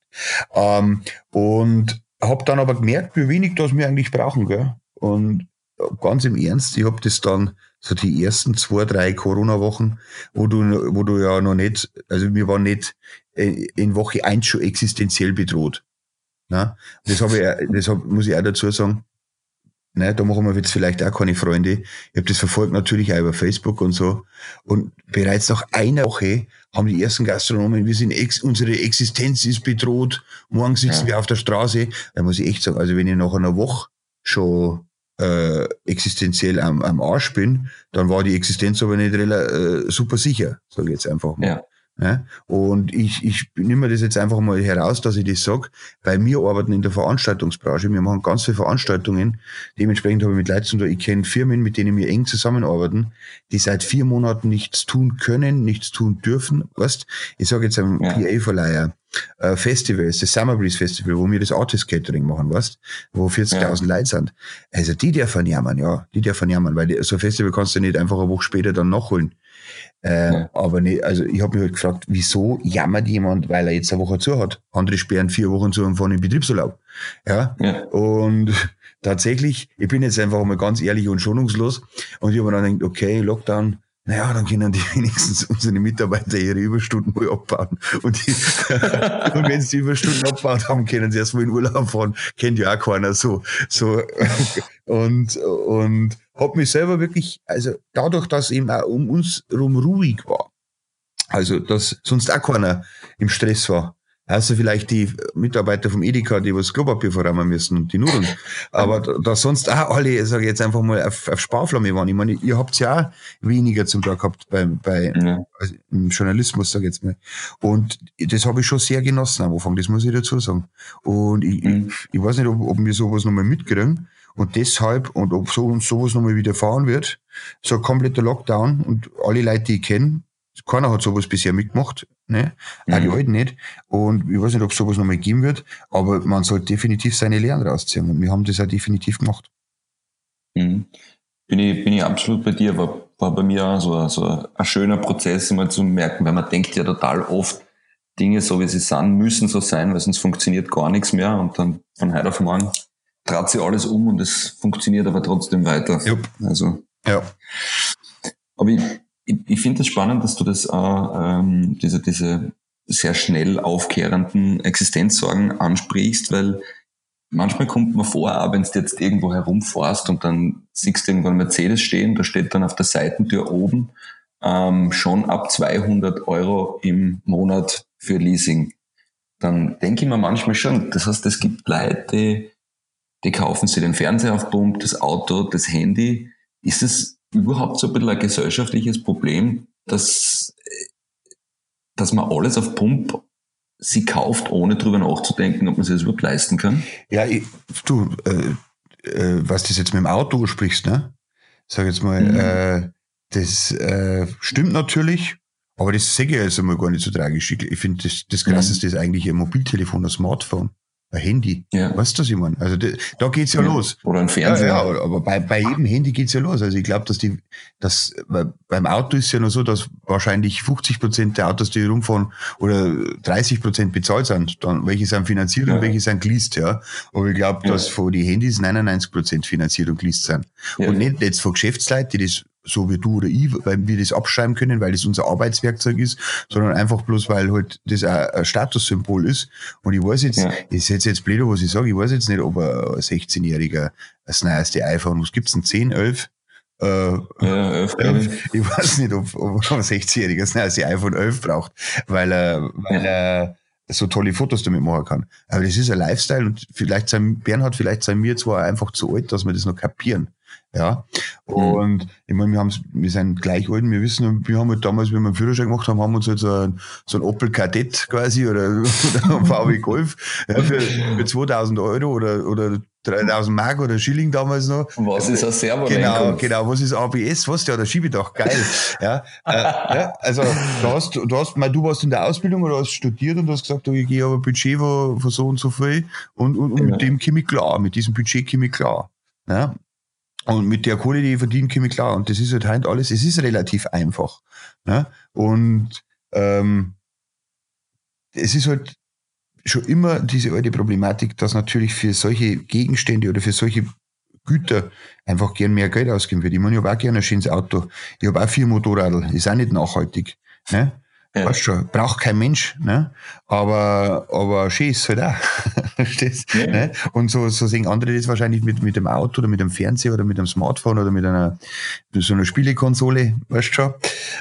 Und habe dann aber gemerkt, wie wenig das wir eigentlich brauchen. Gell? Und ganz im Ernst, ich habe das dann so die ersten 2-3 Corona-Wochen, wo du ja noch nicht, also wir waren nicht in Woche 1 schon existenziell bedroht. Ne? Das muss ich auch dazu sagen. Ne, da machen wir jetzt vielleicht auch keine Freunde. Ich habe das verfolgt natürlich auch über Facebook und so. Und bereits nach einer Woche haben die ersten Gastronomen, unsere Existenz ist bedroht, morgen sitzen wir auf der Straße. Da muss ich echt sagen, also wenn ich nach einer Woche schon existenziell am Arsch bin, dann war die Existenz aber nicht super sicher, sage ich jetzt einfach mal. Ja. Ja, und ich nehme mir das jetzt einfach mal heraus, dass ich das sage, weil wir arbeiten in der Veranstaltungsbranche, wir machen ganz viele Veranstaltungen, dementsprechend habe ich mit Leuten zu tun, ich kenne Firmen, mit denen wir eng zusammenarbeiten, die seit 4 Monaten nichts tun können, nichts tun dürfen, weißt, ich sage jetzt einem PA-Verleiher, Festivals, das Summer Breeze Festival, wo wir das Artist Catering machen, weißt, wo 40.000 Leute sind, also die dürfen jammern, weil so ein Festival kannst du nicht einfach eine Woche später dann nachholen. Aber nicht, also ich habe mich halt gefragt, wieso jammert jemand, weil er jetzt eine Woche zu hat? Andere sperren 4 Wochen zu und fahren in Betriebsurlaub. Ja. Und tatsächlich, ich bin jetzt einfach mal ganz ehrlich und schonungslos und ich habe mir dann gedacht, okay, Lockdown, naja, dann können die wenigstens unsere Mitarbeiter ihre Überstunden mal abbauen. Und wenn sie die Überstunden abgebaut haben, können sie erst mal in Urlaub fahren. Kennt ja auch keiner so. Und hab mich selber wirklich, also dadurch, dass eben auch um uns rum ruhig war, also dass sonst auch keiner im Stress war, also vielleicht die Mitarbeiter vom Edeka, die was Klopapier verräumen müssen und die Nudeln, aber da sonst auch alle, sage ich jetzt einfach mal, auf Sparflamme waren. Ich meine, ihr habt ja auch weniger zum Tag gehabt also im Journalismus, sage ich jetzt mal. Und das habe ich schon sehr genossen am Anfang, das muss ich dazu sagen. Und ich weiß nicht, ob wir sowas nochmal mitkriegen. Und deshalb, und ob sowas nochmal widerfahren wird, so ein kompletter Lockdown und alle Leute, die ich kenne, keiner hat sowas bisher mitgemacht, ne? Auch die Alten nicht. Und ich weiß nicht, ob sowas nochmal geben wird, aber man sollte definitiv seine Lehren rausziehen. Und wir haben das auch definitiv gemacht. Bin ich absolut bei dir, war bei mir auch so ein schöner Prozess, mal zu merken, weil man denkt ja total oft, Dinge so wie sie sind, müssen so sein, weil sonst funktioniert gar nichts mehr und dann von heute auf morgen dreht sich alles um und es funktioniert aber trotzdem weiter. Jupp. Also. Ja. Aber ich finde es spannend, dass du das diese sehr schnell aufkehrenden Existenzsorgen ansprichst, weil manchmal kommt man vor, auch wenn du jetzt irgendwo herumfährst und dann siehst du irgendwann einen Mercedes stehen, da steht dann auf der Seitentür oben schon ab 200 Euro im Monat für Leasing. Dann denke ich mir manchmal schon, das heißt, es gibt Leute, die kaufen sich den Fernseher auf Pump, das Auto, das Handy. Ist es überhaupt so ein bisschen ein gesellschaftliches Problem, dass man alles auf Pump sie kauft, ohne drüber nachzudenken, ob man sich das überhaupt leisten kann? Ja, was du jetzt mit dem Auto sprichst, ne? Sag jetzt mal, das stimmt natürlich, aber das sehe ich jetzt einmal gar nicht so tragisch. Ich finde, das Krasseste ist eigentlich ein Mobiltelefon, ein Smartphone, ein Handy. Ja. Weißt du, was ich meine? Also da geht's ja los. Oder ein Fernseher. Ja, aber bei jedem Handy geht's ja los. Also ich glaube, beim Auto ist ja nur so, dass wahrscheinlich 50% der Autos, die rumfahren, oder 30% bezahlt sind. Dann, welche sind finanziert und welche sind geleast, ja. Aber ich glaube, dass von den Handys 99% finanziert und geleast sind. Ja. Und nicht jetzt von Geschäftsleuten, die das so wie du oder ich, weil wir das abschreiben können, weil das unser Arbeitswerkzeug ist, sondern einfach bloß, weil halt das ein Statussymbol ist. Und ich weiß jetzt, ist jetzt blöd, was ich sage, ich weiß jetzt nicht, ob ein 16-Jähriger das neueste iPhone, was gibt's denn, 10, 11? 11. Ich weiß nicht, ob ein 60-Jähriger das neueste iPhone 11 braucht, weil er so tolle Fotos damit machen kann. Aber das ist ein Lifestyle und vielleicht sind wir zwar einfach zu alt, dass wir das noch kapieren. Ja, und ich meine, wir sind gleich alt, wir wissen, wir haben halt damals, wenn wir einen Führerschein gemacht haben, haben wir uns halt so ein Opel Kadett quasi oder ein VW Golf für 2000 Euro oder 3000 Mark oder Schilling damals noch. Was ist ein Servo? Genau, was ist ABS, was der Schiebedach, geil. Ja, also du warst in der Ausbildung oder hast studiert und hast gesagt, ich gehe aber ein Budget von so und so viel und mit dem komme ich klar, mit diesem Budget komme ich klar. Ja. Und mit der Kohle, die ich verdiene, komme ich klar. Und das ist halt alles, es ist relativ einfach. Ne? Und es ist halt schon immer diese alte Problematik, dass natürlich für solche Gegenstände oder für solche Güter einfach gern mehr Geld ausgeben wird. Ich meine, ich habe auch gerne ein schönes Auto. Ich habe auch 4 Motorräder. Ist auch nicht nachhaltig. Ne? Ja. Weißt schon, braucht kein Mensch, ne? Aber schön ist halt auch. Verstehst? Ja. Ne? Und so sehen andere das wahrscheinlich mit dem Auto oder mit dem Fernseher oder mit dem Smartphone oder mit so einer Spielekonsole, weißt schon.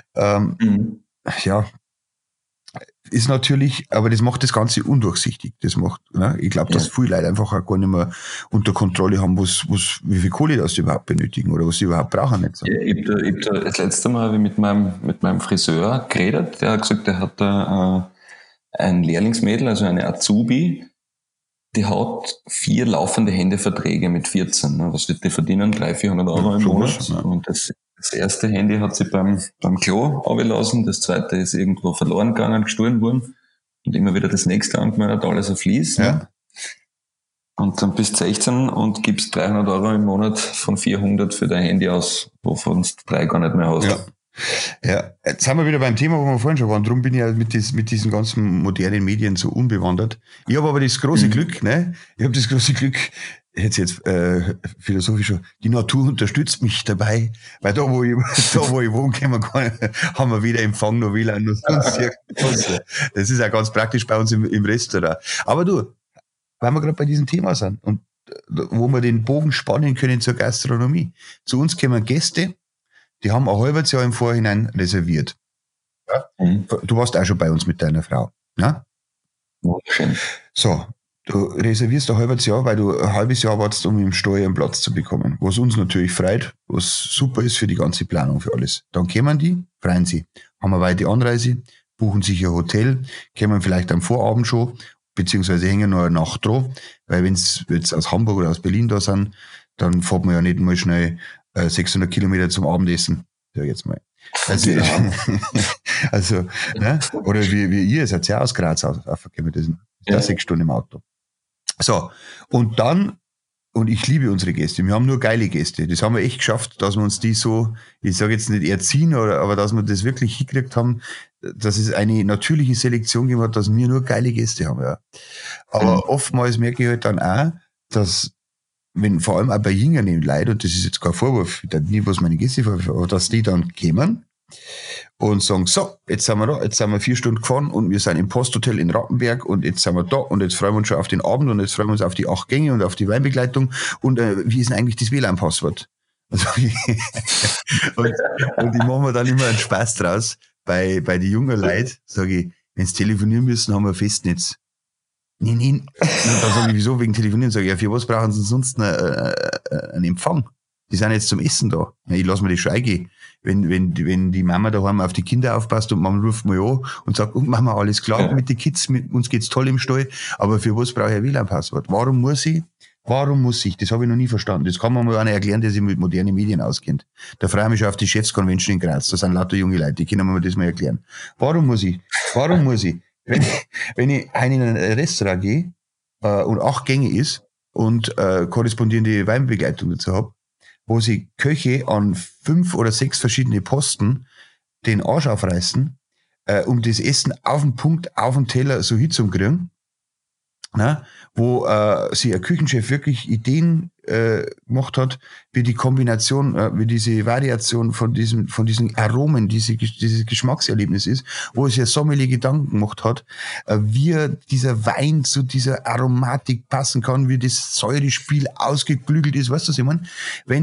Ja, ist natürlich, aber das macht das Ganze undurchsichtig. Ne? Ich glaube, dass viele Leute einfach auch gar nicht mehr unter Kontrolle haben, wie viel Kohle das die überhaupt benötigen oder was sie überhaupt brauchen. Nicht so. Ja, ich hab das letzte Mal habe ich mit meinem Friseur geredet, der hat gesagt, der hat da ein Lehrlingsmädel, also eine Azubi, die hat 4 laufende Händeverträge mit 14. Ne? Was wird die verdienen? 300-400 Euro im Monat. Ja. Und das erste Handy hat sie beim Klo abgelassen, das zweite ist irgendwo verloren gegangen, gestohlen worden und immer wieder das nächste angemeldet, alles auf Lease. Ja. Ne? Und dann bist du 16 und gibst 300 Euro im Monat von 400 für dein Handy aus, wovon du 3 gar nicht mehr hast. Ja, jetzt sind wir wieder beim Thema, wo wir vorhin schon waren. Darum bin ich ja mit diesen ganzen modernen Medien so unbewandert. Ich habe aber das große Glück, ne? Jetzt philosophisch schon, die Natur unterstützt mich dabei, weil da, wo ich wohne, haben wir weder Empfang noch WLAN noch sonst irgendwas. Das ist auch ganz praktisch bei uns im Restaurant. Aber du, weil wir gerade bei diesem Thema sind und wo wir den Bogen spannen können zur Gastronomie. Zu uns kommen Gäste, die haben ein halbes Jahr im Vorhinein reserviert. Ja? Du warst auch schon bei uns mit deiner Frau. Ne? Okay. So, du reservierst ein halbes Jahr, weil du ein halbes Jahr wartest, um im Steuer einen Platz zu bekommen. Was uns natürlich freut, was super ist für die ganze Planung, für alles. Dann kommen die, freuen sie, haben eine weite Anreise, buchen sich ein Hotel, kommen vielleicht am Vorabend schon, beziehungsweise hängen noch eine Nacht dran, weil wenn sie jetzt aus Hamburg oder aus Berlin da sind, dann fährt man ja nicht mal schnell 600 Kilometer zum Abendessen. Ja, jetzt mal. Also, ne? Oder wie ihr seid ja aus Graz aufgekommen, das ist 6 Stunden im Auto. So, und ich liebe unsere Gäste, wir haben nur geile Gäste. Das haben wir echt geschafft, dass wir uns die so, ich sage jetzt nicht erziehen, aber dass wir das wirklich hingekriegt haben, dass es eine natürliche Selektion gegeben hat, dass wir nur geile Gäste haben. Ja. Aber oftmals merke ich halt dann auch, dass wenn vor allem auch bei jüngeren Leuten, und das ist jetzt kein Vorwurf, ich nie, was meine Gäste vorwerfen, aber dass die dann kommen und sagen, so, jetzt sind wir da, jetzt sind wir 4 Stunden gefahren und wir sind im Posthotel in Rappenberg und jetzt sind wir da und jetzt freuen wir uns schon auf den Abend und jetzt freuen wir uns auf die 8 Gänge und auf die Weinbegleitung und wie ist denn eigentlich das WLAN-Passwort? Und ich mache mir dann immer einen Spaß draus. Bei den jungen Leuten sage ich, wenn sie telefonieren müssen, haben wir ein Festnetz. Nein. Und dann sage ich, wieso wegen Telefonieren? Sage ich, ja, für was brauchen sie sonst einen Empfang? Die sind jetzt zum Essen da. Ja, ich lasse mir das schon eingehen. Wenn die Mama daheim auf die Kinder aufpasst und Mama ruft mal an und sagt, und Mama, alles klar mit den Kids, mit uns geht's toll im Stall, aber für was brauche ich ein WLAN-Passwort? Warum muss ich? Das habe ich noch nie verstanden. Das kann man mal einer erklären, der sich mit modernen Medien auskennt. Da freue ich mich schon auf die Chefs-Convention in Graz. Da sind lauter junge Leute, die können mir das mal erklären. Warum muss ich? Wenn ich in ein Restaurant gehe und 8 Gänge ist und korrespondierende Weinbegleitung dazu habe, wo sie Köche an 5 oder 6 verschiedene Posten den Arsch aufreißen, um das Essen auf den Punkt, auf den Teller so hinzukriegen, wo sich ein Küchenchef wirklich Ideen gemacht hat, wie die Kombination, wie diese Variation von diesen Aromen, dieses Geschmackserlebnis ist, wo es ja Sommelier Gedanken gemacht hat, wie dieser Wein zu dieser Aromatik passen kann, wie das Säurespiel ausgeklügelt ist, weißt du, was ich meine?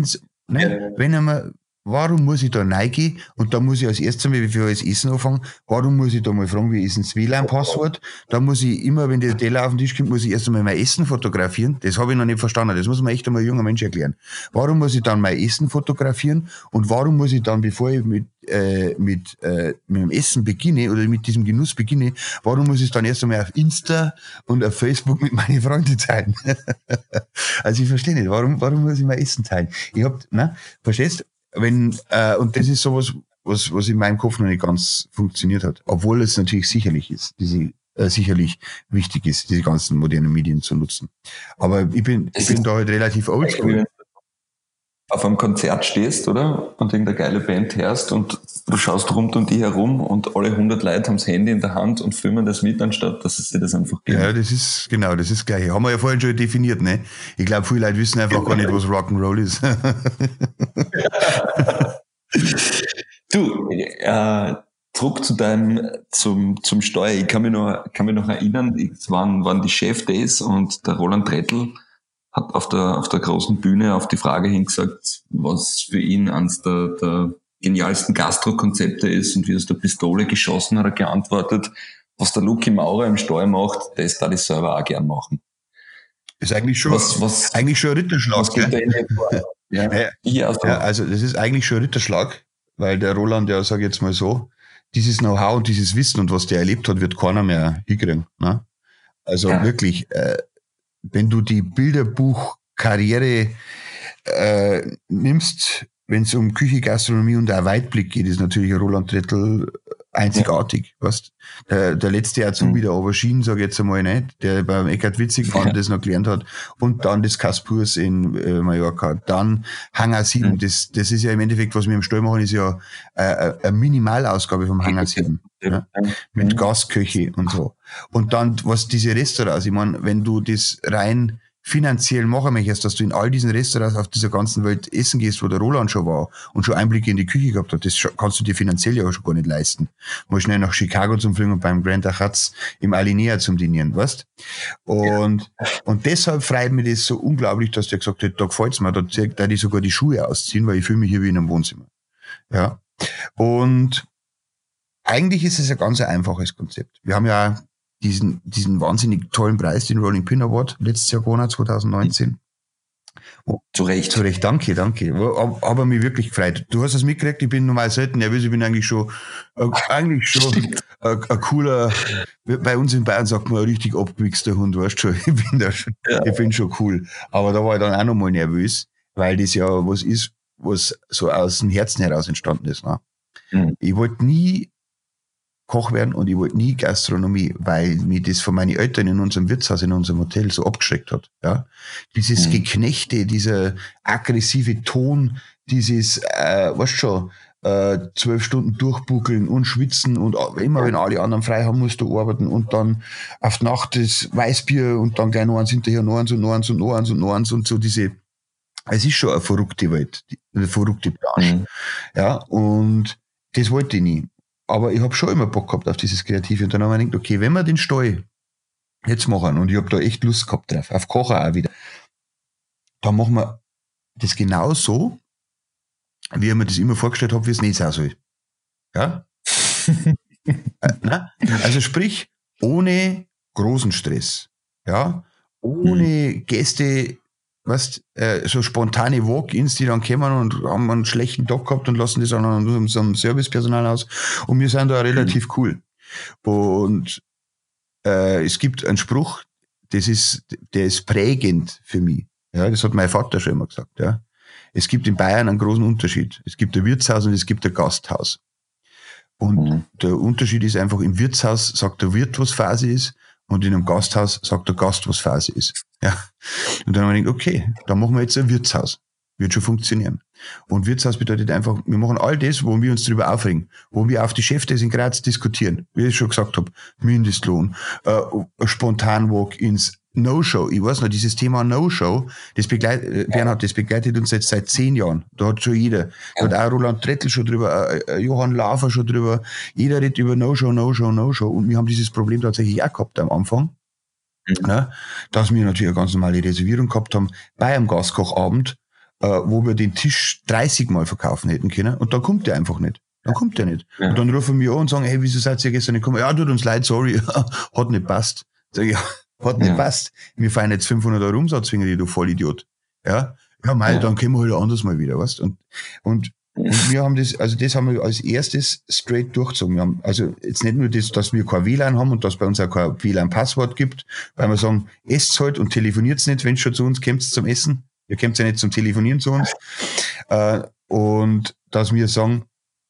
Warum muss ich da reingehen und da muss ich als erstes mal, bevor ich das Essen anfange, warum muss ich da mal fragen, wie ist denn das WLAN-Passwort? Da muss ich immer, wenn der Teller auf den Tisch kommt, muss ich erst einmal mein Essen fotografieren. Das habe ich noch nicht verstanden. Das muss man echt einmal ein junger Mensch erklären. Warum muss ich dann mein Essen fotografieren und warum muss ich dann, bevor ich mit dem Essen beginne oder mit diesem Genuss beginne, warum muss ich dann erst einmal auf Insta und auf Facebook mit meinen Freunden teilen? Also ich verstehe nicht, warum muss ich mein Essen teilen? Verstehst? Und das ist sowas, was in meinem Kopf noch nicht ganz funktioniert hat. Obwohl es natürlich sicherlich wichtig ist, diese ganzen modernen Medien zu nutzen. Aber ich bin da halt relativ oldschool. Auf einem Konzert stehst, oder? Und irgendeine geile Band hörst und du schaust rund um die herum und alle 100 Leute haben das Handy in der Hand und filmen das mit, anstatt dass es dir das einfach gibt. Ja, das ist das Gleiche. Haben wir ja vorhin schon definiert, ne? Ich glaube, viele Leute wissen einfach gar nicht, was Rock'n'Roll ist. Du, zurück zum Steuer. Ich kann mich noch erinnern, es waren die Chef-Days und der Roland Trettl hat auf der großen Bühne auf die Frage hingesagt, was für ihn eines der genialsten Gastro-Konzepte ist und wie aus der Pistole geschossen hat er geantwortet, was der Luki Maurer im Steuer macht, das darf ich selber auch gern machen. Ist eigentlich schon ein Ritterschlag. Was geht da in dir vor? Also das ist eigentlich schon ein Ritterschlag, weil der Roland, ja, sag ich jetzt mal so, dieses Know-how und dieses Wissen und was der erlebt hat, wird keiner mehr hinkriegen. Ne? Also wirklich, wenn du die Bilderbuch-Karriere nimmst, wenn es um Küche, Gastronomie und auch Weitblick geht, ist natürlich Roland Trettl einzigartig. Weißt? Der letzte Azubi der Aubergine, sage ich jetzt einmal nicht, der beim Eckhard Witzig das noch gelernt hat, und dann das Caspurs in Mallorca, dann Hangar 7, das ist ja im Endeffekt, was wir im Stall machen, ist ja eine Minimalausgabe vom Hangar 7. Ja? Mit Gasköche und so. Und dann, was diese Restaurants, ich meine, wenn du das rein finanziell machen möchtest, dass du in all diesen Restaurants auf dieser ganzen Welt essen gehst, wo der Roland schon war und schon Einblicke in die Küche gehabt hat, das kannst du dir finanziell ja auch schon gar nicht leisten. Mal schnell nach Chicago zum Fliegen und beim Grand Achatz im Alinea zum Dinieren, weißt? Und deshalb freut mich das so unglaublich, dass der gesagt hat, da gefällt's mir, da die sogar die Schuhe ausziehen, weil ich fühle mich hier wie in einem Wohnzimmer. Ja. Und eigentlich ist es ein ganz einfaches Konzept. Wir haben ja diesen wahnsinnig tollen Preis, den Rolling Pin Award, letztes Jahr gewonnen, 2019. Zu Recht, danke. Aber mich wirklich gefreut. Du hast es mitgekriegt, ich bin normal selten nervös, ich bin eigentlich schon ein cooler, bei uns in Bayern sagt man ein richtig abgewichster Hund, weißt du schon, ich bin schon cool. Aber da war ich dann auch nochmal nervös, weil das ja was ist, was so aus dem Herzen heraus entstanden ist. Ne? Ich wollte nie Koch werden und ich wollte nie Gastronomie, weil mich das von meinen Eltern in unserem Wirtshaus, in unserem Hotel so abgeschreckt hat. Ja? Dieses Geknechte, dieser aggressive Ton, dieses, weißt schon, 12 Stunden durchbuckeln und schwitzen und immer, wenn alle anderen frei haben, musst du arbeiten und dann auf die Nacht das Weißbier und dann gleich noch eins hinterher, noch eins und so diese, es ist schon eine verrückte Welt, eine verrückte Branche. Ja, und das wollte ich nie. Aber ich habe schon immer Bock gehabt auf dieses Kreative. Und dann haben wir gedacht, okay, wenn wir den Stall jetzt machen, und ich habe da echt Lust gehabt drauf, auf Kocher auch wieder, dann machen wir das genau so, wie ich mir das immer vorgestellt habe, wie es nicht sein soll. Ja? Also sprich, ohne großen Stress. Ja? Ohne Gäste, so spontane Walk-ins, die dann kommen und haben einen schlechten Tag gehabt und lassen das an unserem Servicepersonal aus. Und wir sind da relativ cool. Und es gibt einen Spruch, der ist prägend für mich. Ja, das hat mein Vater schon immer gesagt. Ja. Es gibt in Bayern einen großen Unterschied. Es gibt ein Wirtshaus und es gibt ein Gasthaus. Und der Unterschied ist einfach, im Wirtshaus sagt der Wirt, was Phase ist, und in einem Gasthaus sagt der Gast, was Phase ist. Ja. Und dann haben wir gedacht, okay, dann machen wir jetzt ein Wirtshaus. Wird schon funktionieren. Und Wirtshaus bedeutet einfach, wir machen all das, wo wir uns drüber aufregen, wo wir auf die Chefs in Graz diskutieren, wie ich schon gesagt habe, Mindestlohn, spontan Walk-ins, No-Show. Ich weiß noch, dieses Thema No-Show, Bernhard, das begleitet uns jetzt seit 10 Jahren. Da hat schon jeder. Da hat auch Roland Trettl schon drüber, Johann Lafer schon drüber. Jeder redet über No-Show, No-Show, No-Show. Und wir haben dieses Problem tatsächlich auch gehabt am Anfang. Ne? Dass wir natürlich eine ganz normale Reservierung gehabt haben bei einem Gastkochabend, wo wir den Tisch 30 Mal verkaufen hätten können. Und dann kommt der einfach nicht. Dann kommt der nicht. Ja. Und dann rufen wir an und sagen, hey, wieso seid ihr gestern nicht gekommen? Ja, tut uns leid, sorry, hat nicht passt. Sag ich, ja, hat nicht passt. Wir fahren jetzt 500 Euro Umsatz wegen dir, du Vollidiot. Ja, dann können wir halt anders mal wieder, weißt? Und wir haben das haben wir als erstes straight durchgezogen. Wir haben also jetzt nicht nur das, dass wir kein WLAN haben und dass bei uns auch kein WLAN-Passwort gibt, weil wir sagen, esst halt und telefoniert nicht, wenn ihr schon zu uns kommt zum Essen. Ihr kommt ja nicht zum Telefonieren zu uns. Und dass wir sagen,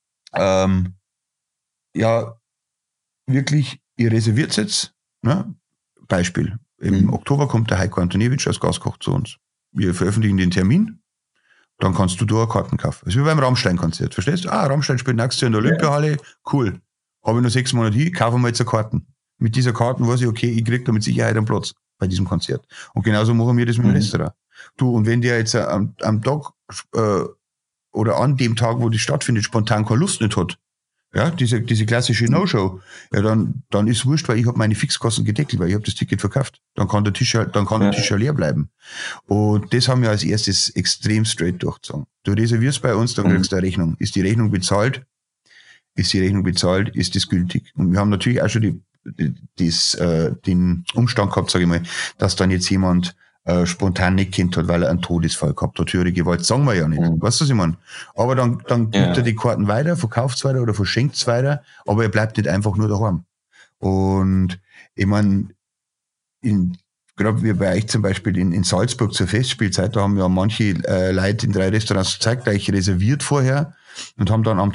wirklich, ihr reserviert jetzt, ne? Beispiel. Im Oktober kommt der Heiko Antoniewicz als Gastkoch zu uns. Wir veröffentlichen den Termin, dann kannst du da Karten kaufen. Das ist wie beim Rammstein-Konzert, verstehst du? Rammstein spielt nächstes Jahr in der Olympiahalle, cool. Habe ich noch 6 Monate hin, kaufen wir jetzt eine Karten. Mit dieser Karten weiß ich, okay, ich krieg da mit Sicherheit einen Platz bei diesem Konzert. Und genauso machen wir das mit dem Restaurant. Du, und wenn der jetzt am Tag oder an dem Tag, wo das stattfindet, spontan keine Lust nicht hat, ja, diese klassische No-Show, ja, dann ist wurscht, weil ich habe meine Fixkosten gedeckelt, weil ich habe das Ticket verkauft. Dann kann der Tisch ja leer bleiben. Und das haben wir als erstes extrem straight durchgezogen. Du reservierst bei uns, dann kriegst du eine Rechnung. Ist die Rechnung bezahlt, ist das gültig. Und wir haben natürlich auch schon den Umstand gehabt, sage ich mal, dass dann jetzt jemand spontan nicht kennt hat, weil er einen Todesfall gehabt hat. Höhere Gewalt sagen wir ja nicht. Weißt du, was ich meine? Aber dann gibt er die Karten weiter, verkauft es weiter oder verschenkt es weiter, aber er bleibt nicht einfach nur daheim. Und ich meine, gerade wie bei euch zum Beispiel in Salzburg zur Festspielzeit, da haben ja manche Leute in 3 Restaurants zeitgleich reserviert vorher und haben dann an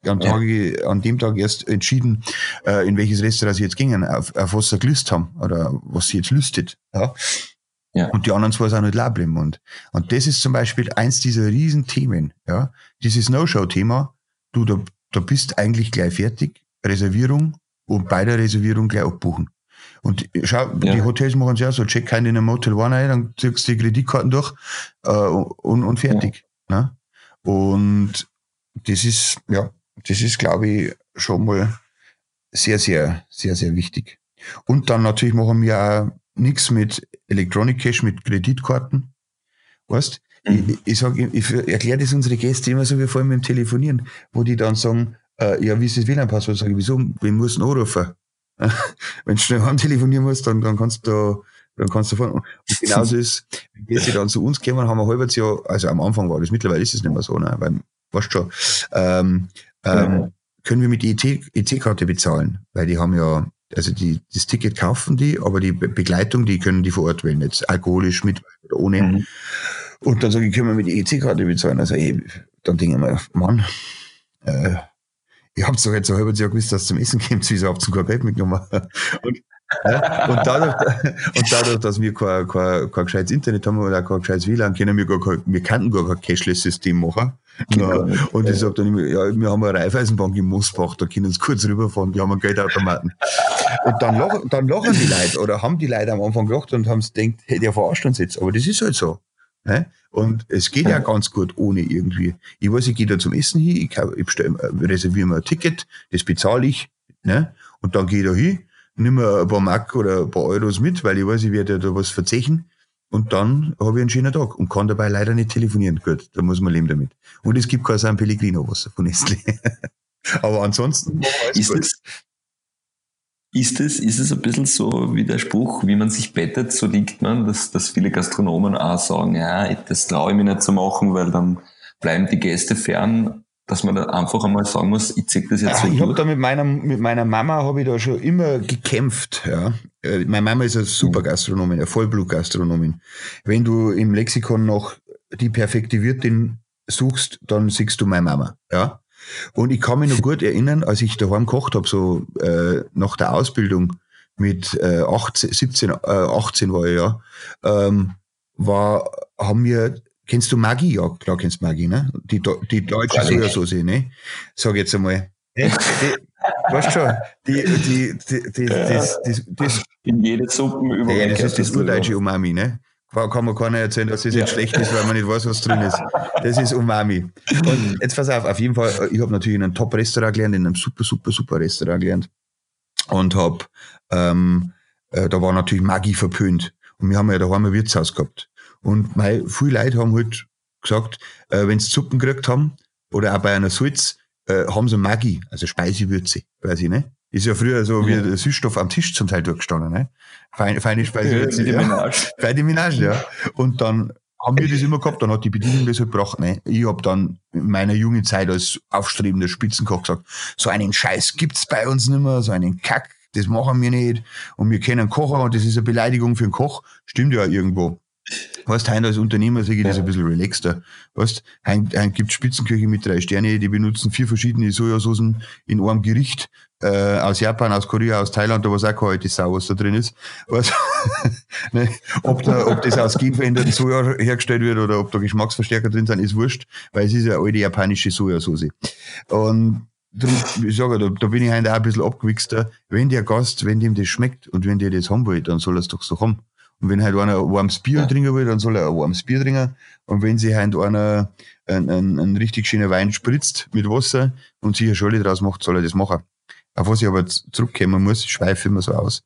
dem Tag erst entschieden, in welches Restaurant sie jetzt gingen, auf was sie gelüst haben oder was sie jetzt lüstet. Ja. Ja. Und die anderen 2 sind nicht bleiben. Und das ist zum Beispiel eins dieser riesen Themen, ja. Dieses No-Show-Thema, da bist eigentlich gleich fertig, Reservierung und bei der Reservierung gleich abbuchen. Und schau, die Hotels machen es ja so, check keinen in einem Motel One ein, dann ziehst du die Kreditkarten durch, und fertig, ne? Und das ist, glaube ich, schon mal sehr, sehr, sehr, sehr wichtig. Und dann natürlich machen wir auch nichts mit Electronic Cash, mit Kreditkarten. Weißt? Ich erkläre das unsere Gäste immer so wie vorhin mit dem Telefonieren, wo die dann sagen, wie ist das WLAN-Passwort? Sag ich, wieso? Wen musst du anrufen? Wenn du schnell heim telefonieren musst, dann kannst du fahren. Und genauso ist, wenn Gäste dann zu uns kommen, haben wir ein halbes Jahr, also am Anfang war das, mittlerweile ist es nicht mehr so, ne? Weil, weißt schon, können wir mit EC-Karte bezahlen, weil die haben ja, also das Ticket kaufen die, aber die Begleitung, die können die vor Ort wählen, jetzt alkoholisch, mit oder ohne. Und dann sage ich, können wir mit EC-Karte bezahlen? Also dann denke ich mir, Mann, ihr habt doch jetzt ein halbes Jahr gewusst, dass zum Essen kommt, wieso habt ihr kein Geld mitgenommen? Und dadurch, dass wir kein gescheites Internet haben oder auch kein gescheites WLAN, wir kannten gar kein Cashless-System machen. Und ich sage dann immer, wir haben eine Raiffeisenbank in Mosbach, da können wir kurz rüberfahren, wir haben einen Geldautomaten. Und dann lachen die Leute, oder haben die Leute am Anfang gelacht und haben es gedacht, hey, der verarscht uns jetzt. Aber das ist halt so. Ne? Und es geht ja ganz gut ohne irgendwie. Ich weiß, ich gehe da zum Essen hin, ich reserviere mir ein Ticket, das bezahle ich, ne? Und dann gehe ich da hin, nimm mir ein paar Mark oder ein paar Euros mit, weil ich weiß, ich werde ja da was verzechen. und dann habe ich einen schönen Tag und kann dabei leider nicht telefonieren. Gut, da muss man leben damit. Und es gibt kein San Pellegrino Wasser von Nestlé. Aber ansonsten ist es ein bisschen so wie der Spruch, wie man sich bettet, so liegt man, dass viele Gastronomen auch sagen, ja, das traue ich mir nicht zu machen, weil dann bleiben die Gäste fern, dass man da einfach einmal sagen muss, ich ziehe das jetzt so ich habe durch. da mit meiner Mama habe ich da schon immer gekämpft. Ja. Meine Mama ist eine super Gastronomin, eine Vollblutgastronomin. Wenn du im Lexikon noch die perfekte Wirtin suchst, dann siehst du meine Mama. Ja. Und ich kann mich noch gut erinnern, als ich daheim gekocht habe, so nach der Ausbildung mit 18 war ich, ja, haben wir, kennst du Maggi? Ja, klar kennst du Maggi, ne? Die deutsche Sojasauce, ne? Sag jetzt einmal. Weißt schon, das in jede Suppen überall. Ja, das ist das urdeutsche Umami, ne? Kann man keiner erzählen, dass das jetzt schlecht ist, weil man nicht weiß, was drin ist. Das ist Umami. Und jetzt pass auf jeden Fall, ich habe natürlich in einem Top-Restaurant gelernt, in einem super Restaurant gelernt. Und da war natürlich Maggi verpönt. Und wir haben ja daheim ein Wirtshaus gehabt. Und viele Leute haben halt gesagt, wenn sie Suppen gekriegt haben, oder auch bei einer Salz, haben sie Maggi, also Speisewürze, weiß ich, ne? Ist ja früher so wie der Süßstoff am Tisch zum Teil durchgestanden, ne? Feine Speisewürze. Bei der Menage, ja. Und dann haben wir das immer gehabt, dann hat die Bedienung das halt gebracht, ne? Ich hab dann in meiner jungen Zeit als aufstrebender Spitzenkoch gesagt, so einen Scheiß gibt's bei uns nicht mehr, so einen Kack, das machen wir nicht. Und wir können kochen und das ist eine Beleidigung für einen Koch. Stimmt ja irgendwo. Weißt, heute als Unternehmer sehe ich das ein bisschen relaxter. Weißt, heute gibt Spitzenküche mit 3 Sterne, die benutzen 4 verschiedene Sojasoßen in einem Gericht, aus Japan, aus Korea, aus Thailand, da weiß auch keine alte Sau, was da drin ist. Weißt, ne? Ob das aus genverändertem Soja hergestellt wird oder ob da Geschmacksverstärker drin sind, ist wurscht, weil es ist eine alte japanische Sojasauce. Und darum, ich sage, da bin ich heute auch ein bisschen abgewichster. Wenn der Gast, wenn dem das schmeckt und wenn der das haben will, dann soll er es doch so haben. Und wenn halt einer ein warmes Bier trinken will, dann soll er ein warmes Bier trinken. Und wenn sich halt einer einen richtig schönen Wein spritzt mit Wasser und sich eine Schale draus macht, soll er das machen. Auf was ich aber zurückkommen muss, schweife immer so aus.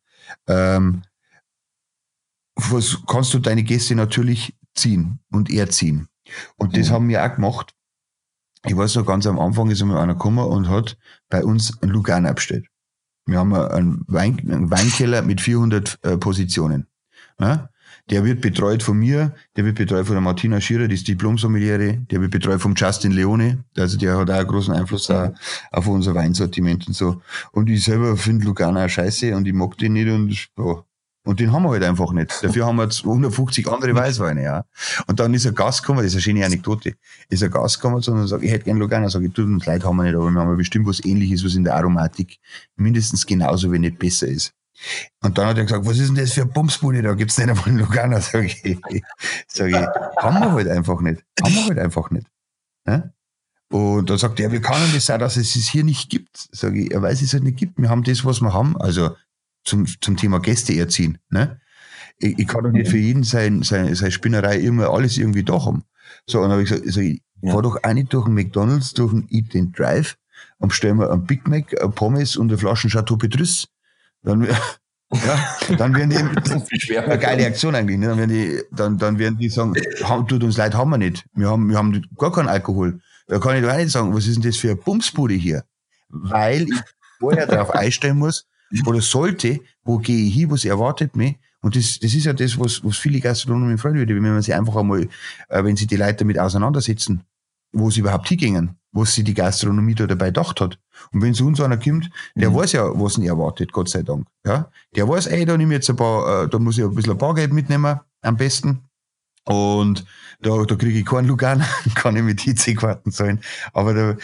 Was kannst du deine Gäste natürlich ziehen und erziehen. Und das haben wir auch gemacht. Ich weiß noch, ganz am Anfang ist einmal einer gekommen und hat bei uns einen Lugano abgestellt. Wir haben einen Weinkeller mit 400 Positionen. Ja? Der wird betreut von mir, der wird betreut von der Martina Schierer, die ist Diplom-Sommeliere, der wird betreut vom Justin Leone, also der hat auch einen großen Einfluss auf unser Weinsortiment und so. Und ich selber finde Lugano auch scheiße und ich mag den nicht und den haben wir halt einfach nicht. Dafür haben wir 150 andere Weißweine, ja. Und dann ist ein Gast gekommen, das ist eine schöne Anekdote, ist ein Gast gekommen und sagt, ich hätte gerne Lugano, sage ich, tut uns leid, haben wir nicht, aber wir haben bestimmt was Ähnliches, was in der Aromatik mindestens genauso, wenn nicht besser ist. Und dann hat er gesagt, was ist denn das für ein Bumsbude, da gibt's nicht einmal einen Lugano, sag ich, haben wir halt einfach nicht. Ja? Und dann sagt er, wie kann denn das sein, dass es hier nicht gibt? Sag ich, ja, weil es halt nicht gibt. Wir haben das, was wir haben, also zum Thema Gäste erziehen. Ne? Ich kann doch nicht für jeden seine Spinnerei immer alles irgendwie da haben. So, und dann habe ich gesagt, fahr doch auch nicht durch einen McDonalds, durch einen Eat and Drive und bestell mir einen Big Mac, ein Pommes und eine Flasche Chateau Petrus. Dann werden die, eine geile Aktion eigentlich, ne? Dann werden die sagen, tut uns leid, haben wir nicht. Wir haben gar keinen Alkohol. Da kann ich doch auch nicht sagen, was ist denn das für eine Bumsbude hier? Weil ich vorher darauf einstellen muss, oder sollte, wo gehe ich hin, was erwartet mich. Und das ist ja das, was viele Gastronomen freuen würde, wenn man sich einfach einmal, wenn sich die Leute damit auseinandersetzen, wo sie überhaupt hingehen, was sich die Gastronomie da dabei gedacht hat. Und wenn zu uns einer kommt, der weiß ja, was ihn erwartet, Gott sei Dank. Ja? Der weiß, da nehme ich jetzt da muss ich ein bisschen Bargeld mitnehmen, am besten. Und da kriege ich keinen Lugano, kann ich mit IC-Karten zahlen. Aber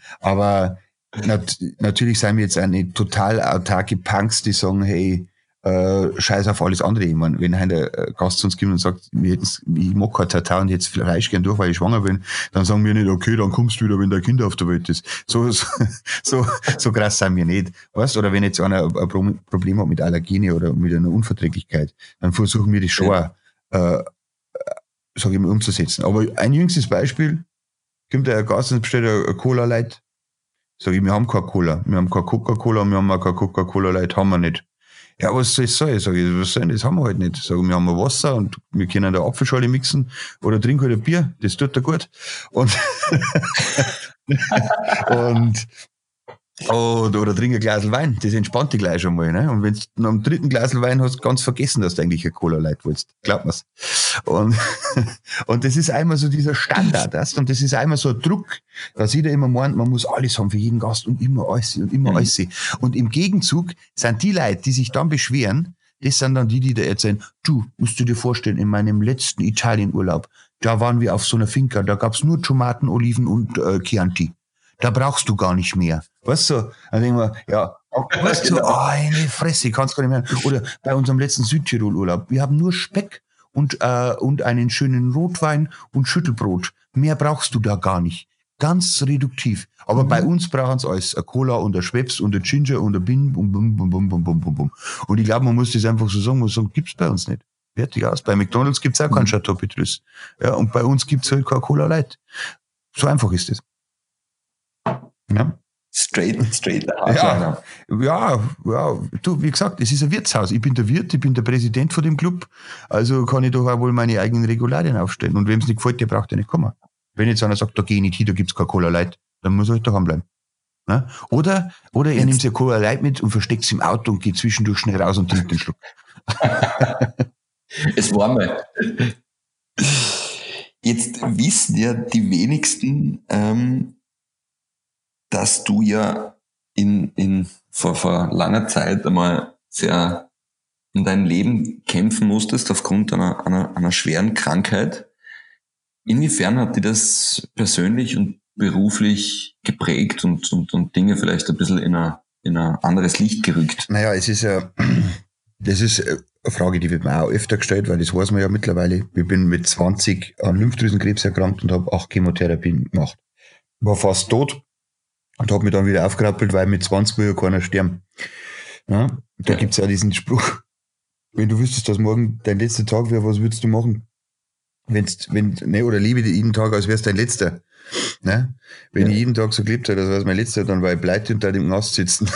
natürlich sind wir jetzt eine total autarke Punks, die sagen, hey, scheiß auf alles andere. Ich meine, wenn ein Gast zu uns kommt und sagt, ich mag kein Tatar und jetzt Fleisch gern durch, weil ich schwanger bin, dann sagen wir nicht, okay, dann kommst du wieder, wenn dein Kind auf der Welt ist. So krass sind wir nicht. Weißt? Oder wenn jetzt einer ein Problem hat mit Allergene oder mit einer Unverträglichkeit, dann versuchen wir das schon, sage ich mal, umzusetzen. Aber ein jüngstes Beispiel, kommt ein Gast und bestellt eine Cola Light. Sag ich, wir haben keine Cola. Wir haben keine Coca-Cola und wir haben auch keine Coca-Cola Light, haben wir nicht. Ja, was soll ich sagen? Sag ich, was soll denn das? Haben wir halt nicht. Sag, wir haben Wasser und wir können da Apfelschale mixen oder trinken halt ein Bier, das tut da gut. Und, oder trink ein Glas Wein, das entspannt dich gleich schon mal. Ne? Und wenn du nach dem 3. Glas Wein hast, ganz vergessen, dass du eigentlich eine Cola Light willst. Glaub mir's. Und das ist einmal so dieser Standard. Weißt? Und das ist einmal so ein Druck, dass jeder immer meint, man muss alles haben für jeden Gast und immer alles und immer alles. Und im Gegenzug sind die Leute, die sich dann beschweren, das sind dann die da erzählen, du, musst du dir vorstellen, in meinem letzten Italienurlaub, da waren wir auf so einer Finca, da gab's nur Tomaten, Oliven und Chianti. Da brauchst du gar nicht mehr. Weißt du? Dann denken wir, ja, weißt du, eine Fresse, kannst gar nicht mehr. Oder bei unserem letzten Südtirol-Urlaub, wir haben nur Speck und einen schönen Rotwein und Schüttelbrot. Mehr brauchst du da gar nicht. Ganz reduktiv. Aber bei uns brauchen sie alles. Eine Cola und ein Schweppes und ein Ginger und ein Bim und bum, bum, bum, bum, bum, bum, bum. Und ich glaube, man muss das einfach so sagen, gibt's bei uns nicht. Fertig aus. Bei McDonalds gibt's auch keinen Chateau Petrus. Ja, und bei uns gibt's halt keine Cola Light. So einfach ist das. Ja. Straight. Ja, du, wie gesagt, es ist ein Wirtshaus. Ich bin der Wirt, ich bin der Präsident von dem Club, also kann ich doch auch wohl meine eigenen Regularien aufstellen. Und wem es nicht gefällt, der braucht ja nicht kommen. Wenn jetzt einer sagt, da geh ich nicht hin, da gibt's keine Cola Light, dann muss er halt daheim bleiben. Ne? Oder er nimmt sich Cola Light mit und versteckt es im Auto und geht zwischendurch schnell raus und trinkt den Schluck. Es war mal. Jetzt wissen ja die wenigsten, dass du ja vor langer Zeit einmal sehr in deinem Leben kämpfen musstest aufgrund einer schweren Krankheit. Inwiefern hat dich das persönlich und beruflich geprägt und Dinge vielleicht ein bisschen in ein anderes Licht gerückt? Naja, das ist eine Frage, die wird mir auch öfter gestellt, weil das weiß man ja mittlerweile. Ich bin mit 20 an Lymphdrüsenkrebs erkrankt und habe 8 Chemotherapien gemacht. War fast tot. Und habe mich dann wieder aufgerappelt, weil mit 20 will ja keiner sterben. Ja, da gibt's ja diesen Spruch, wenn du wüsstest, dass morgen dein letzter Tag wäre, was würdest du machen? Oder lebe jeden Tag, als wär's dein letzter. Ne? Wenn ich jeden Tag so gelebt hätte, als wär's mein letzter, dann war ich pleite und da im Knast sitzen.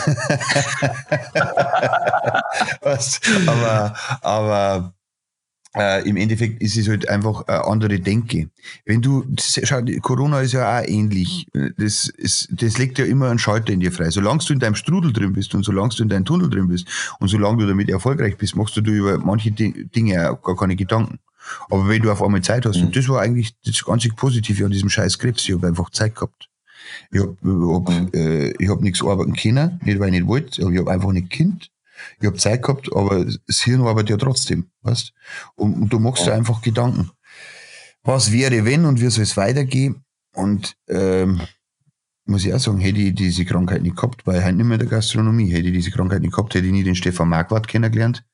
aber im Endeffekt ist es halt einfach eine andere Denke. Schau, Corona ist ja auch ähnlich. Das legt ja immer einen Schalter in dir frei. Solange du in deinem Strudel drin bist und solange du in deinem Tunnel drin bist und solange du damit erfolgreich bist, machst du über manche Dinge auch gar keine Gedanken. Aber wenn du auf einmal Zeit hast, und das war eigentlich das einzig Positive an diesem scheiß Krebs, ich habe einfach Zeit gehabt. Ich hab nichts arbeiten können, nicht weil ich nicht wollte, aber ich habe einfach nicht Kind. Ich habe Zeit gehabt, aber das Hirn arbeitet ja trotzdem, weißt? Und du machst dir einfach Gedanken. Was wäre, wenn und wie soll es weitergehen? Und muss ich auch sagen, hätte ich diese Krankheit nicht gehabt, weil ich halt nicht mehr in der Gastronomie, hätte ich diese Krankheit nicht gehabt, hätte ich nie den Stefan Marquardt kennengelernt.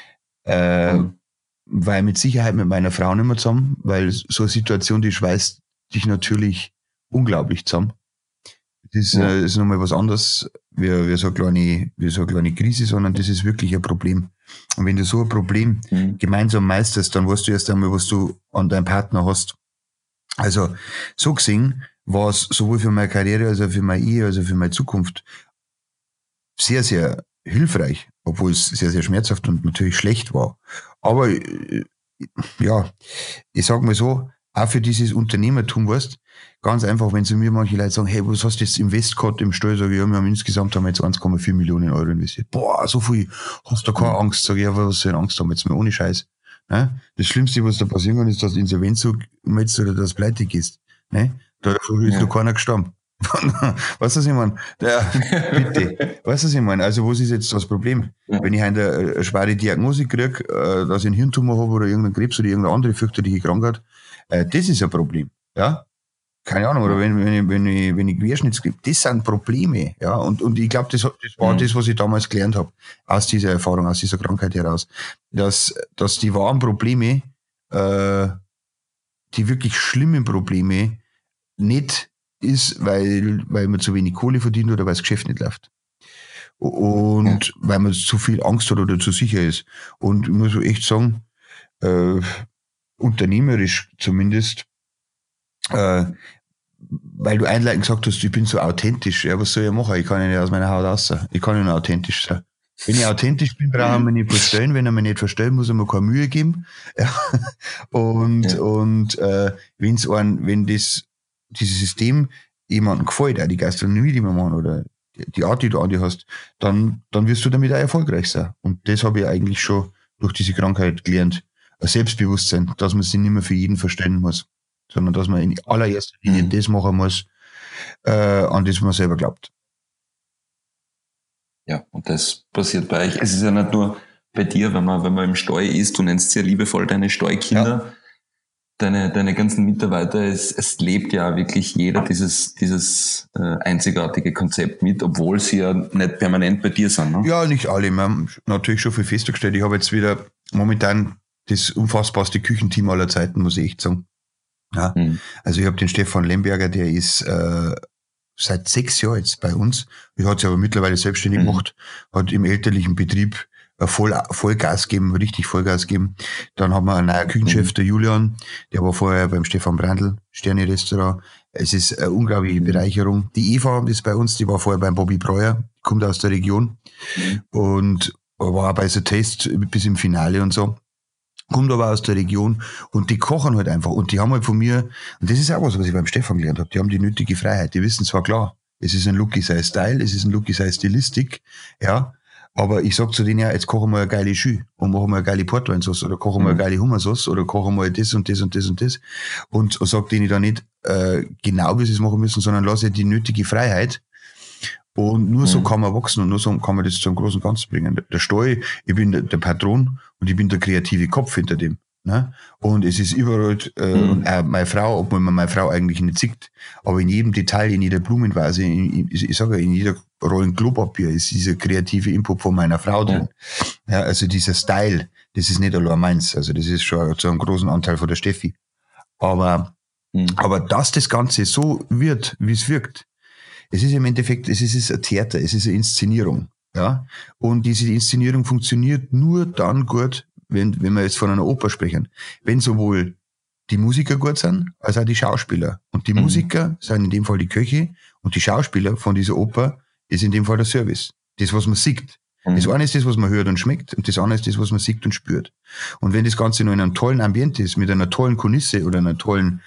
Weil mit Sicherheit mit meiner Frau nicht mehr zusammen, weil so eine Situation, die schweißt dich natürlich unglaublich zusammen. Das ist nochmal was anderes, wie so eine kleine Krise, sondern das ist wirklich ein Problem. Und wenn du so ein Problem gemeinsam meisterst, dann weißt du erst einmal, was du an deinem Partner hast. Also, so gesehen war es sowohl für meine Karriere, als auch für meine Ehe, als auch für meine Zukunft sehr, sehr hilfreich, obwohl es sehr, sehr schmerzhaft und natürlich schlecht war. Aber, ja, ich sag mal so, auch für dieses Unternehmertum, weißt, ganz einfach, wenn zu mir manche Leute sagen, hey, was hast du jetzt Invest gehabt im Stall? Sag ich, ja, wir haben insgesamt jetzt 1,4 Millionen Euro investiert. Boah, so viel, hast du keine Angst? Sag ich, ja, was soll ich Angst haben? Jetzt mal ohne Scheiß. Ne? Das Schlimmste, was da passieren kann, ist, dass du Insolvenz meldest oder dass du pleite gehst. Ne? Da ist noch keiner gestorben. Weißt du, was ich meine? Bitte. Weißt du, was ich meine? Also, was ist jetzt das Problem? Wenn ich eine schwere Diagnose kriege, dass ich einen Hirntumor habe oder irgendeinen Krebs oder irgendeine andere fürchterliche Krankheit, das ist ein Problem. Ja? Keine Ahnung, oder wenn ich Querschnittskrebs, das sind Probleme. Ja? Und ich glaube, das war das, was ich damals gelernt habe, aus dieser Erfahrung, aus dieser Krankheit heraus. Dass die wahren Probleme, die wirklich schlimmen Probleme, nicht ist, weil man zu wenig Kohle verdient oder weil das Geschäft nicht läuft. Und weil man zu viel Angst hat oder zu sicher ist. Und ich muss so echt sagen, unternehmerisch zumindest, weil du einleitend gesagt hast, ich bin so authentisch. Ja, was soll ich machen? Ich kann ja nicht aus meiner Haut raus. Ich kann ja nur authentisch sein. Wenn ich authentisch bin, brauche ich mich nicht verstellen. Wenn er mich nicht verstellt, muss er mir keine Mühe geben. Ja. Wenn dieses System jemandem gefällt, auch die Gastronomie, die wir machen, oder die Art, die du an dir hast, dann wirst du damit auch erfolgreich sein. Und das habe ich eigentlich schon durch diese Krankheit gelernt. Ein Selbstbewusstsein, dass man sich nicht mehr für jeden verstellen muss, sondern dass man in allererster Linie das machen muss, an das man selber glaubt. Ja, und das passiert bei euch. Es ist ja nicht nur bei dir, wenn man im Stall ist, du nennst ja liebevoll deine Stallkinder, deine ganzen Mitarbeiter, es lebt ja wirklich jeder dieses einzigartige Konzept mit, obwohl sie ja nicht permanent bei dir sind. Ne? Ja, nicht alle. Wir haben natürlich schon viel festgestellt. Ich habe jetzt wieder momentan das unfassbarste Küchenteam aller Zeiten, muss ich echt sagen. Ja. Also ich habe den Stefan Lemberger, der ist seit 6 Jahren jetzt bei uns. Ich hat sich aber mittlerweile selbstständig gemacht, hat im elterlichen Betrieb Vollgas geben, richtig Vollgas geben. Dann haben wir einen neuen Küchenchef, der Julian, der war vorher beim Stefan Brandl, Sterne-Restaurant. Es ist eine unglaubliche Bereicherung. Die Eva ist bei uns, die war vorher beim Bobby Breuer, kommt aus der Region und war bei so Test bis im Finale und so. Kommt aber aus der Region und die kochen halt einfach. Und die haben halt von mir, und das ist auch was ich beim Stefan gelernt habe, die haben die nötige Freiheit. Die wissen zwar klar, es ist ein Lucky sei Style, es ist ein Lucky sei Stilistik, ja, aber ich sag zu denen ja, jetzt kochen wir eine geile Schü und machen wir eine geile Portweinsauce oder kochen wir eine geile Hummersauce oder kochen wir das und das und das und das. Und sag denen da nicht genau, wie sie es machen müssen, sondern lasse die nötige Freiheit. Und nur so kann man wachsen und nur so kann man das zum großen Ganzen bringen. Der Stall, ich bin der Patron und ich bin der kreative Kopf hinter dem. Ne? Und es ist überall, und auch meine Frau, obwohl man meine Frau eigentlich nicht sieht, aber in jedem Detail, in jeder Blumenvase, ich sage ja, in jeder Rollen Klopapier ist dieser kreative Input von meiner Frau drin. Ja, also dieser Style, das ist nicht allein meins. Also das ist schon zu einem großen Anteil von der Steffi. Aber dass das Ganze so wird, wie es wirkt, es ist im Endeffekt, es ist ein Theater, es ist eine Inszenierung, ja. Und diese Inszenierung funktioniert nur dann gut, wenn wir jetzt von einer Oper sprechen. Wenn sowohl die Musiker gut sind, als auch die Schauspieler. Und die Musiker sind in dem Fall die Köche und die Schauspieler von dieser Oper ist in dem Fall der Service. Das, was man sieht. Das eine ist das, was man hört und schmeckt und das andere ist das, was man sieht und spürt. Und wenn das Ganze nur in einem tollen Ambiente ist, mit einer tollen Kulisse oder einer tollen,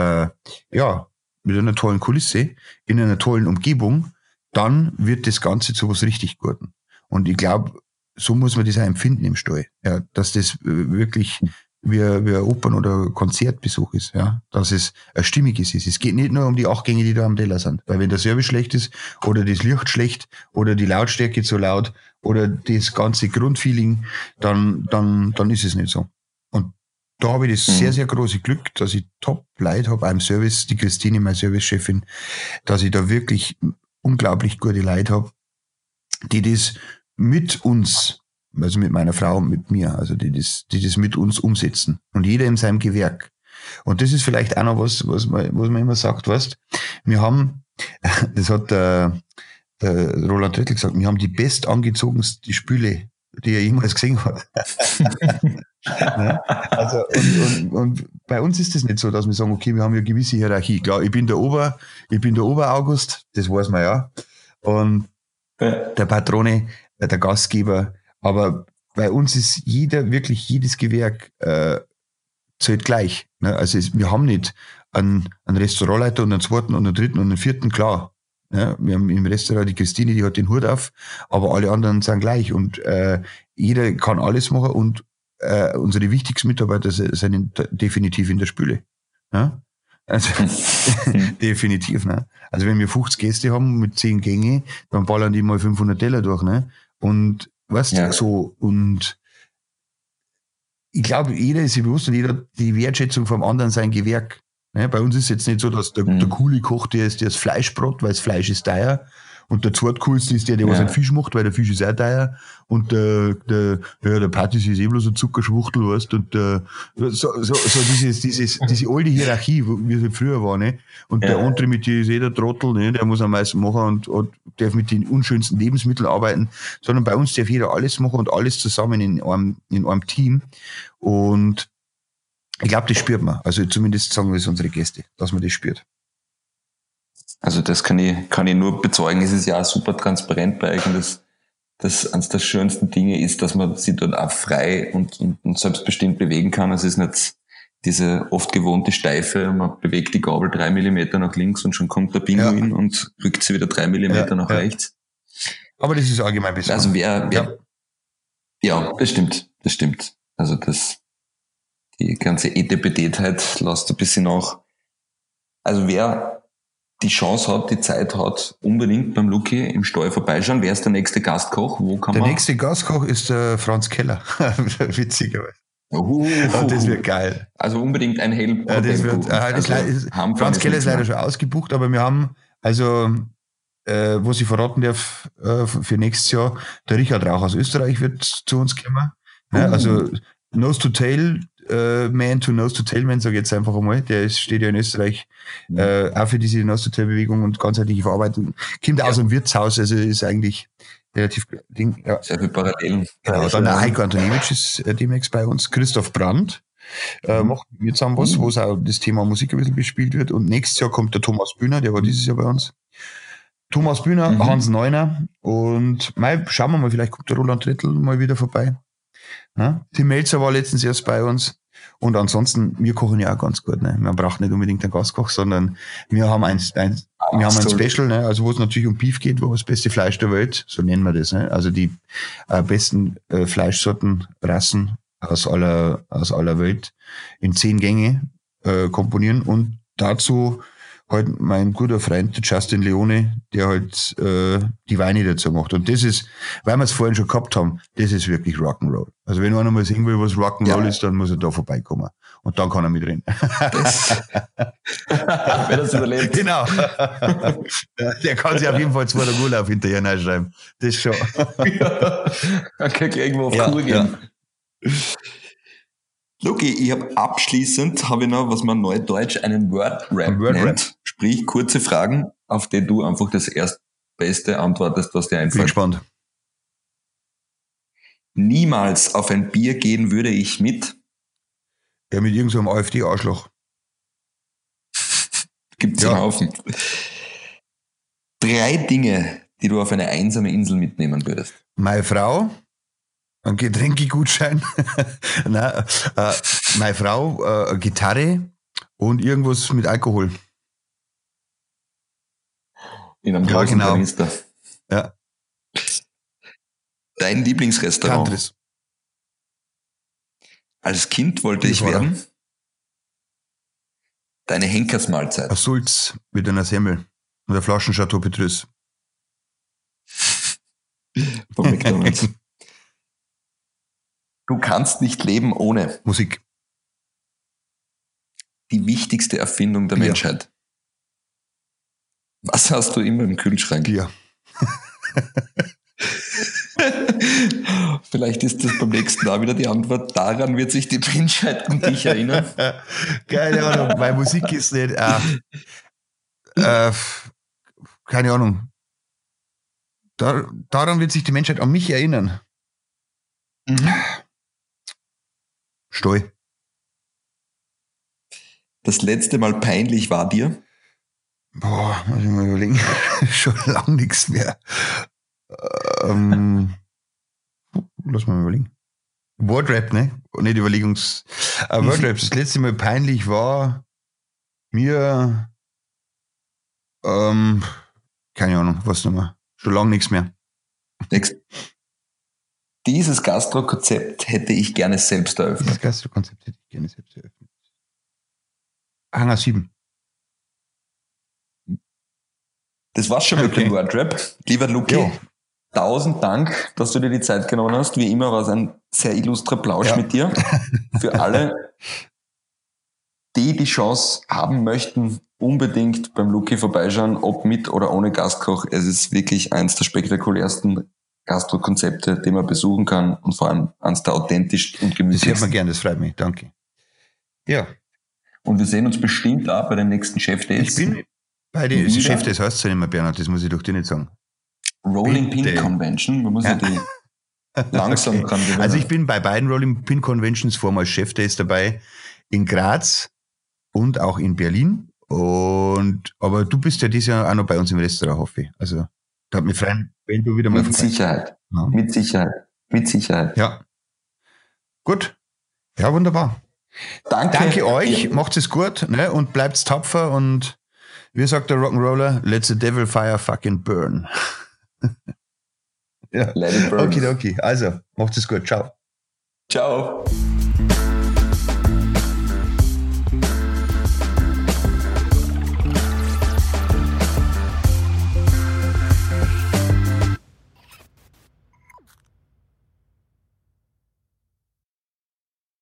mit einer tollen Kulisse, in einer tollen Umgebung, dann wird das Ganze zu was richtig Guten. Und ich glaube, so muss man das auch empfinden im Stall, ja, dass das wirklich wie ein Opern- oder Konzertbesuch ist, ja, dass es ein stimmiges ist. Es geht nicht nur um die 8 Gänge, die da am Teller sind, weil wenn der Service schlecht ist oder das Licht schlecht oder die Lautstärke zu laut oder das ganze Grundfeeling, dann ist es nicht so. Und da habe ich das sehr, sehr große Glück, dass ich Top-Leute habe, auch im Service, die Christine, meine Service-Chefin, dass ich da wirklich unglaublich gute Leute habe, die das mit uns, also mit meiner Frau und mit mir, also die das mit uns umsetzen. Und jeder in seinem Gewerk. Und das ist vielleicht auch noch was man immer sagt, weißt, wir haben, das hat der Roland Rettel gesagt, wir haben die bestangezogenste Spüle, die er jemals gesehen hat. Ja, also, und bei uns ist es nicht so, dass wir sagen, okay, wir haben ja eine gewisse Hierarchie. Klar, ich bin der Ober-August, das weiß man ja. Und der Patrone, der Gastgeber. Aber bei uns ist wirklich jedes Gewerk zählt gleich. Ne? Also wir haben nicht einen Restaurantleiter und einen zweiten und einen dritten und einen vierten, klar. Ja, wir haben im Restaurant die Christine, die hat den Hut auf, aber alle anderen sind gleich und jeder kann alles machen und unsere wichtigsten Mitarbeiter sind definitiv in der Spüle. Ja? Also definitiv. Ne? Also wenn wir 50 Gäste haben mit 10 Gänge, dann ballern die mal 500 Teller durch. Ne? Und weißt du, so, und ich glaube, jeder ist sich bewusst und jeder hat die Wertschätzung vom anderen sein Gewerk. Ne? Bei uns ist es jetzt nicht so, dass der coole Koch, der ist Fleisch brot, weil das Fleisch ist teuer. Und der zweitcoolste ist der was einen Fisch macht, weil der Fisch ist auch teuer. Und der Pattis ist bloß ein Zuckerschwuchtel, weißt, und so diese alte Hierarchie, wie es halt früher war, ne? Und der andere mit dir ist der Trottel, ne? Der muss am meisten machen und darf mit den unschönsten Lebensmitteln arbeiten. Sondern bei uns darf jeder alles machen und alles zusammen in einem Team. Und ich glaube, das spürt man. Also zumindest sagen wir es unsere Gäste, dass man das spürt. Also das kann ich nur bezeugen. Es ist ja auch super transparent bei euch und das dass eines der schönsten Dinge ist, dass man sich dort auch frei und selbstbestimmt bewegen kann. Es ist nicht diese oft gewohnte Steife, man bewegt die Gabel 3 Millimeter nach links und schon kommt der Pinguin und rückt sie wieder 3 Millimeter nach rechts. Aber das ist allgemein besser. Also ja, das stimmt. Also die ganze Etepetät lässt ein bisschen nach. Also wer die Chance hat, die Zeit hat, unbedingt beim Luki im Stall vorbeischauen. Wer ist der nächste Gastkoch? Der nächste Gastkoch ist Franz Keller. Witzigerweise. Das wird geil. Also unbedingt ein Hell. Franz Keller ist leider schon ausgebucht, aber wir haben, was ich verraten darf, für nächstes Jahr, der Richard Rauch aus Österreich wird zu uns kommen. Also Nose to Tail, Man to Nose to Tail Man, sage ich jetzt einfach einmal. Der steht ja in Österreich auch für diese Nose to Tail Bewegung und ganzheitliche Verarbeitung. Kommt aus dem Wirtshaus, also ist eigentlich relativ Ding. Ja. Sehr viel Parallelen. Genau, dann der Heiko Antoniewicz ist demnächst bei uns. Christoph Brandt macht mit mir zusammen was, wo es auch das Thema Musik ein bisschen bespielt wird. Und nächstes Jahr kommt der Thomas Bühner, der war dieses Jahr bei uns. Thomas Bühner, Hans Neuner und schauen wir mal, vielleicht kommt der Roland Trettl mal wieder vorbei. Ja? Tim Melzer war letztens erst bei uns. Und ansonsten, wir kochen ja auch ganz gut. Ne? Man braucht nicht unbedingt einen Gastkoch, sondern wir haben ein Special, ne? Also wo es natürlich um Beef geht, wo das beste Fleisch der Welt, so nennen wir das. Ne? Also die besten Fleischsorten, Rassen aus aller Welt in 10 Gänge komponieren. Und dazu halt mein guter Freund Justin Leone, der halt die Weine dazu macht. Und das ist, weil wir es vorhin schon gehabt haben, das ist wirklich Rock'n'Roll. Also wenn einer mal sehen will, was Rock'n'Roll ist, dann muss er da vorbeikommen. Und dann kann er mitreden. Wenn er es überlebt. Genau. Der kann sich auf jeden Fall 2 Tage Urlaub hinterher reinschreiben. Das schon. Dann kann ich irgendwo auf Kur gehen. Ja. Luki, ich habe abschließend, noch, was man neudeutsch einen Word-Rap nennt. Sprich, kurze Fragen, auf die du einfach das erstbeste antwortest, was dir einfällt. Bin gespannt. Niemals auf ein Bier gehen würde ich mit? Ja, mit irgendeinem so AfD-Arschloch. Gibt's einen Haufen. 3 Dinge, die du auf eine einsame Insel mitnehmen würdest. Meine Frau, ein Getränkegutschein, nein, meine Frau, eine Gitarre und irgendwas mit Alkohol. In einem großen Kanister. Ja. Dein Lieblingsrestaurant? Tantris. Als Kind wollte ich werden? Deine Henkersmahlzeit? Ein Sulz mit einer Semmel und einer Flaschen Chateau Petrus. Von McDonald's. Du kannst nicht leben ohne Musik. Die wichtigste Erfindung der Menschheit. Was hast du immer im Kühlschrank? Ja. Vielleicht ist das beim nächsten Mal wieder die Antwort. Daran wird sich die Menschheit an dich erinnern. Keine Ahnung, meine Musik ist nicht. Keine Ahnung. Daran wird sich die Menschheit an mich erinnern. Steu. Das letzte Mal peinlich war dir? Boah, muss ich mal überlegen. Schon lang nichts mehr. Lass mal überlegen. Wordrap, ne? Nicht Wordrap. Das letzte Mal peinlich war mir, keine Ahnung, was nochmal. Schon lang nichts mehr. Next. Dieses Gastro-Konzept hätte ich gerne selbst eröffnet. Hangar 7. Das war's schon mit dem Wordrap. Lieber Luki, 1000 Dank, dass du dir die Zeit genommen hast. Wie immer war es ein sehr illustrer Plausch mit dir. Für alle, die die Chance haben möchten, unbedingt beim Luki vorbeischauen, ob mit oder ohne Gastkoch. Es ist wirklich eins der spektakulärsten Gastro-Konzepte, die man besuchen kann und vor allem eines der authentischsten und gemütlichsten. Das hört man gern, das freut mich, danke. Ja. Und wir sehen uns bestimmt auch bei den nächsten Chef-Dates. Ich bin bei den Chef-Dates, heißt es ja nicht mehr, Bernhard, das muss ich doch dir nicht sagen. Rolling Pin Convention, man muss ja die langsam dran gewöhnen. Also ich bin bei beiden Rolling Pin Conventions vormal Chef-Dates dabei, in Graz und auch in Berlin. Aber du bist ja dieses Jahr auch noch bei uns im Restaurant, hoffe ich. Also da hat mich freuen, wenn du wieder mal mit Sicherheit. Ja. Mit Sicherheit. Ja. Gut. Ja, wunderbar. Danke euch, Ja. macht es gut, ne? Und bleibt tapfer und wie sagt der Rock'n'Roller, let the devil fire fucking burn. Ja. Let it burn. Okay. Also, macht es gut. Ciao. Ciao.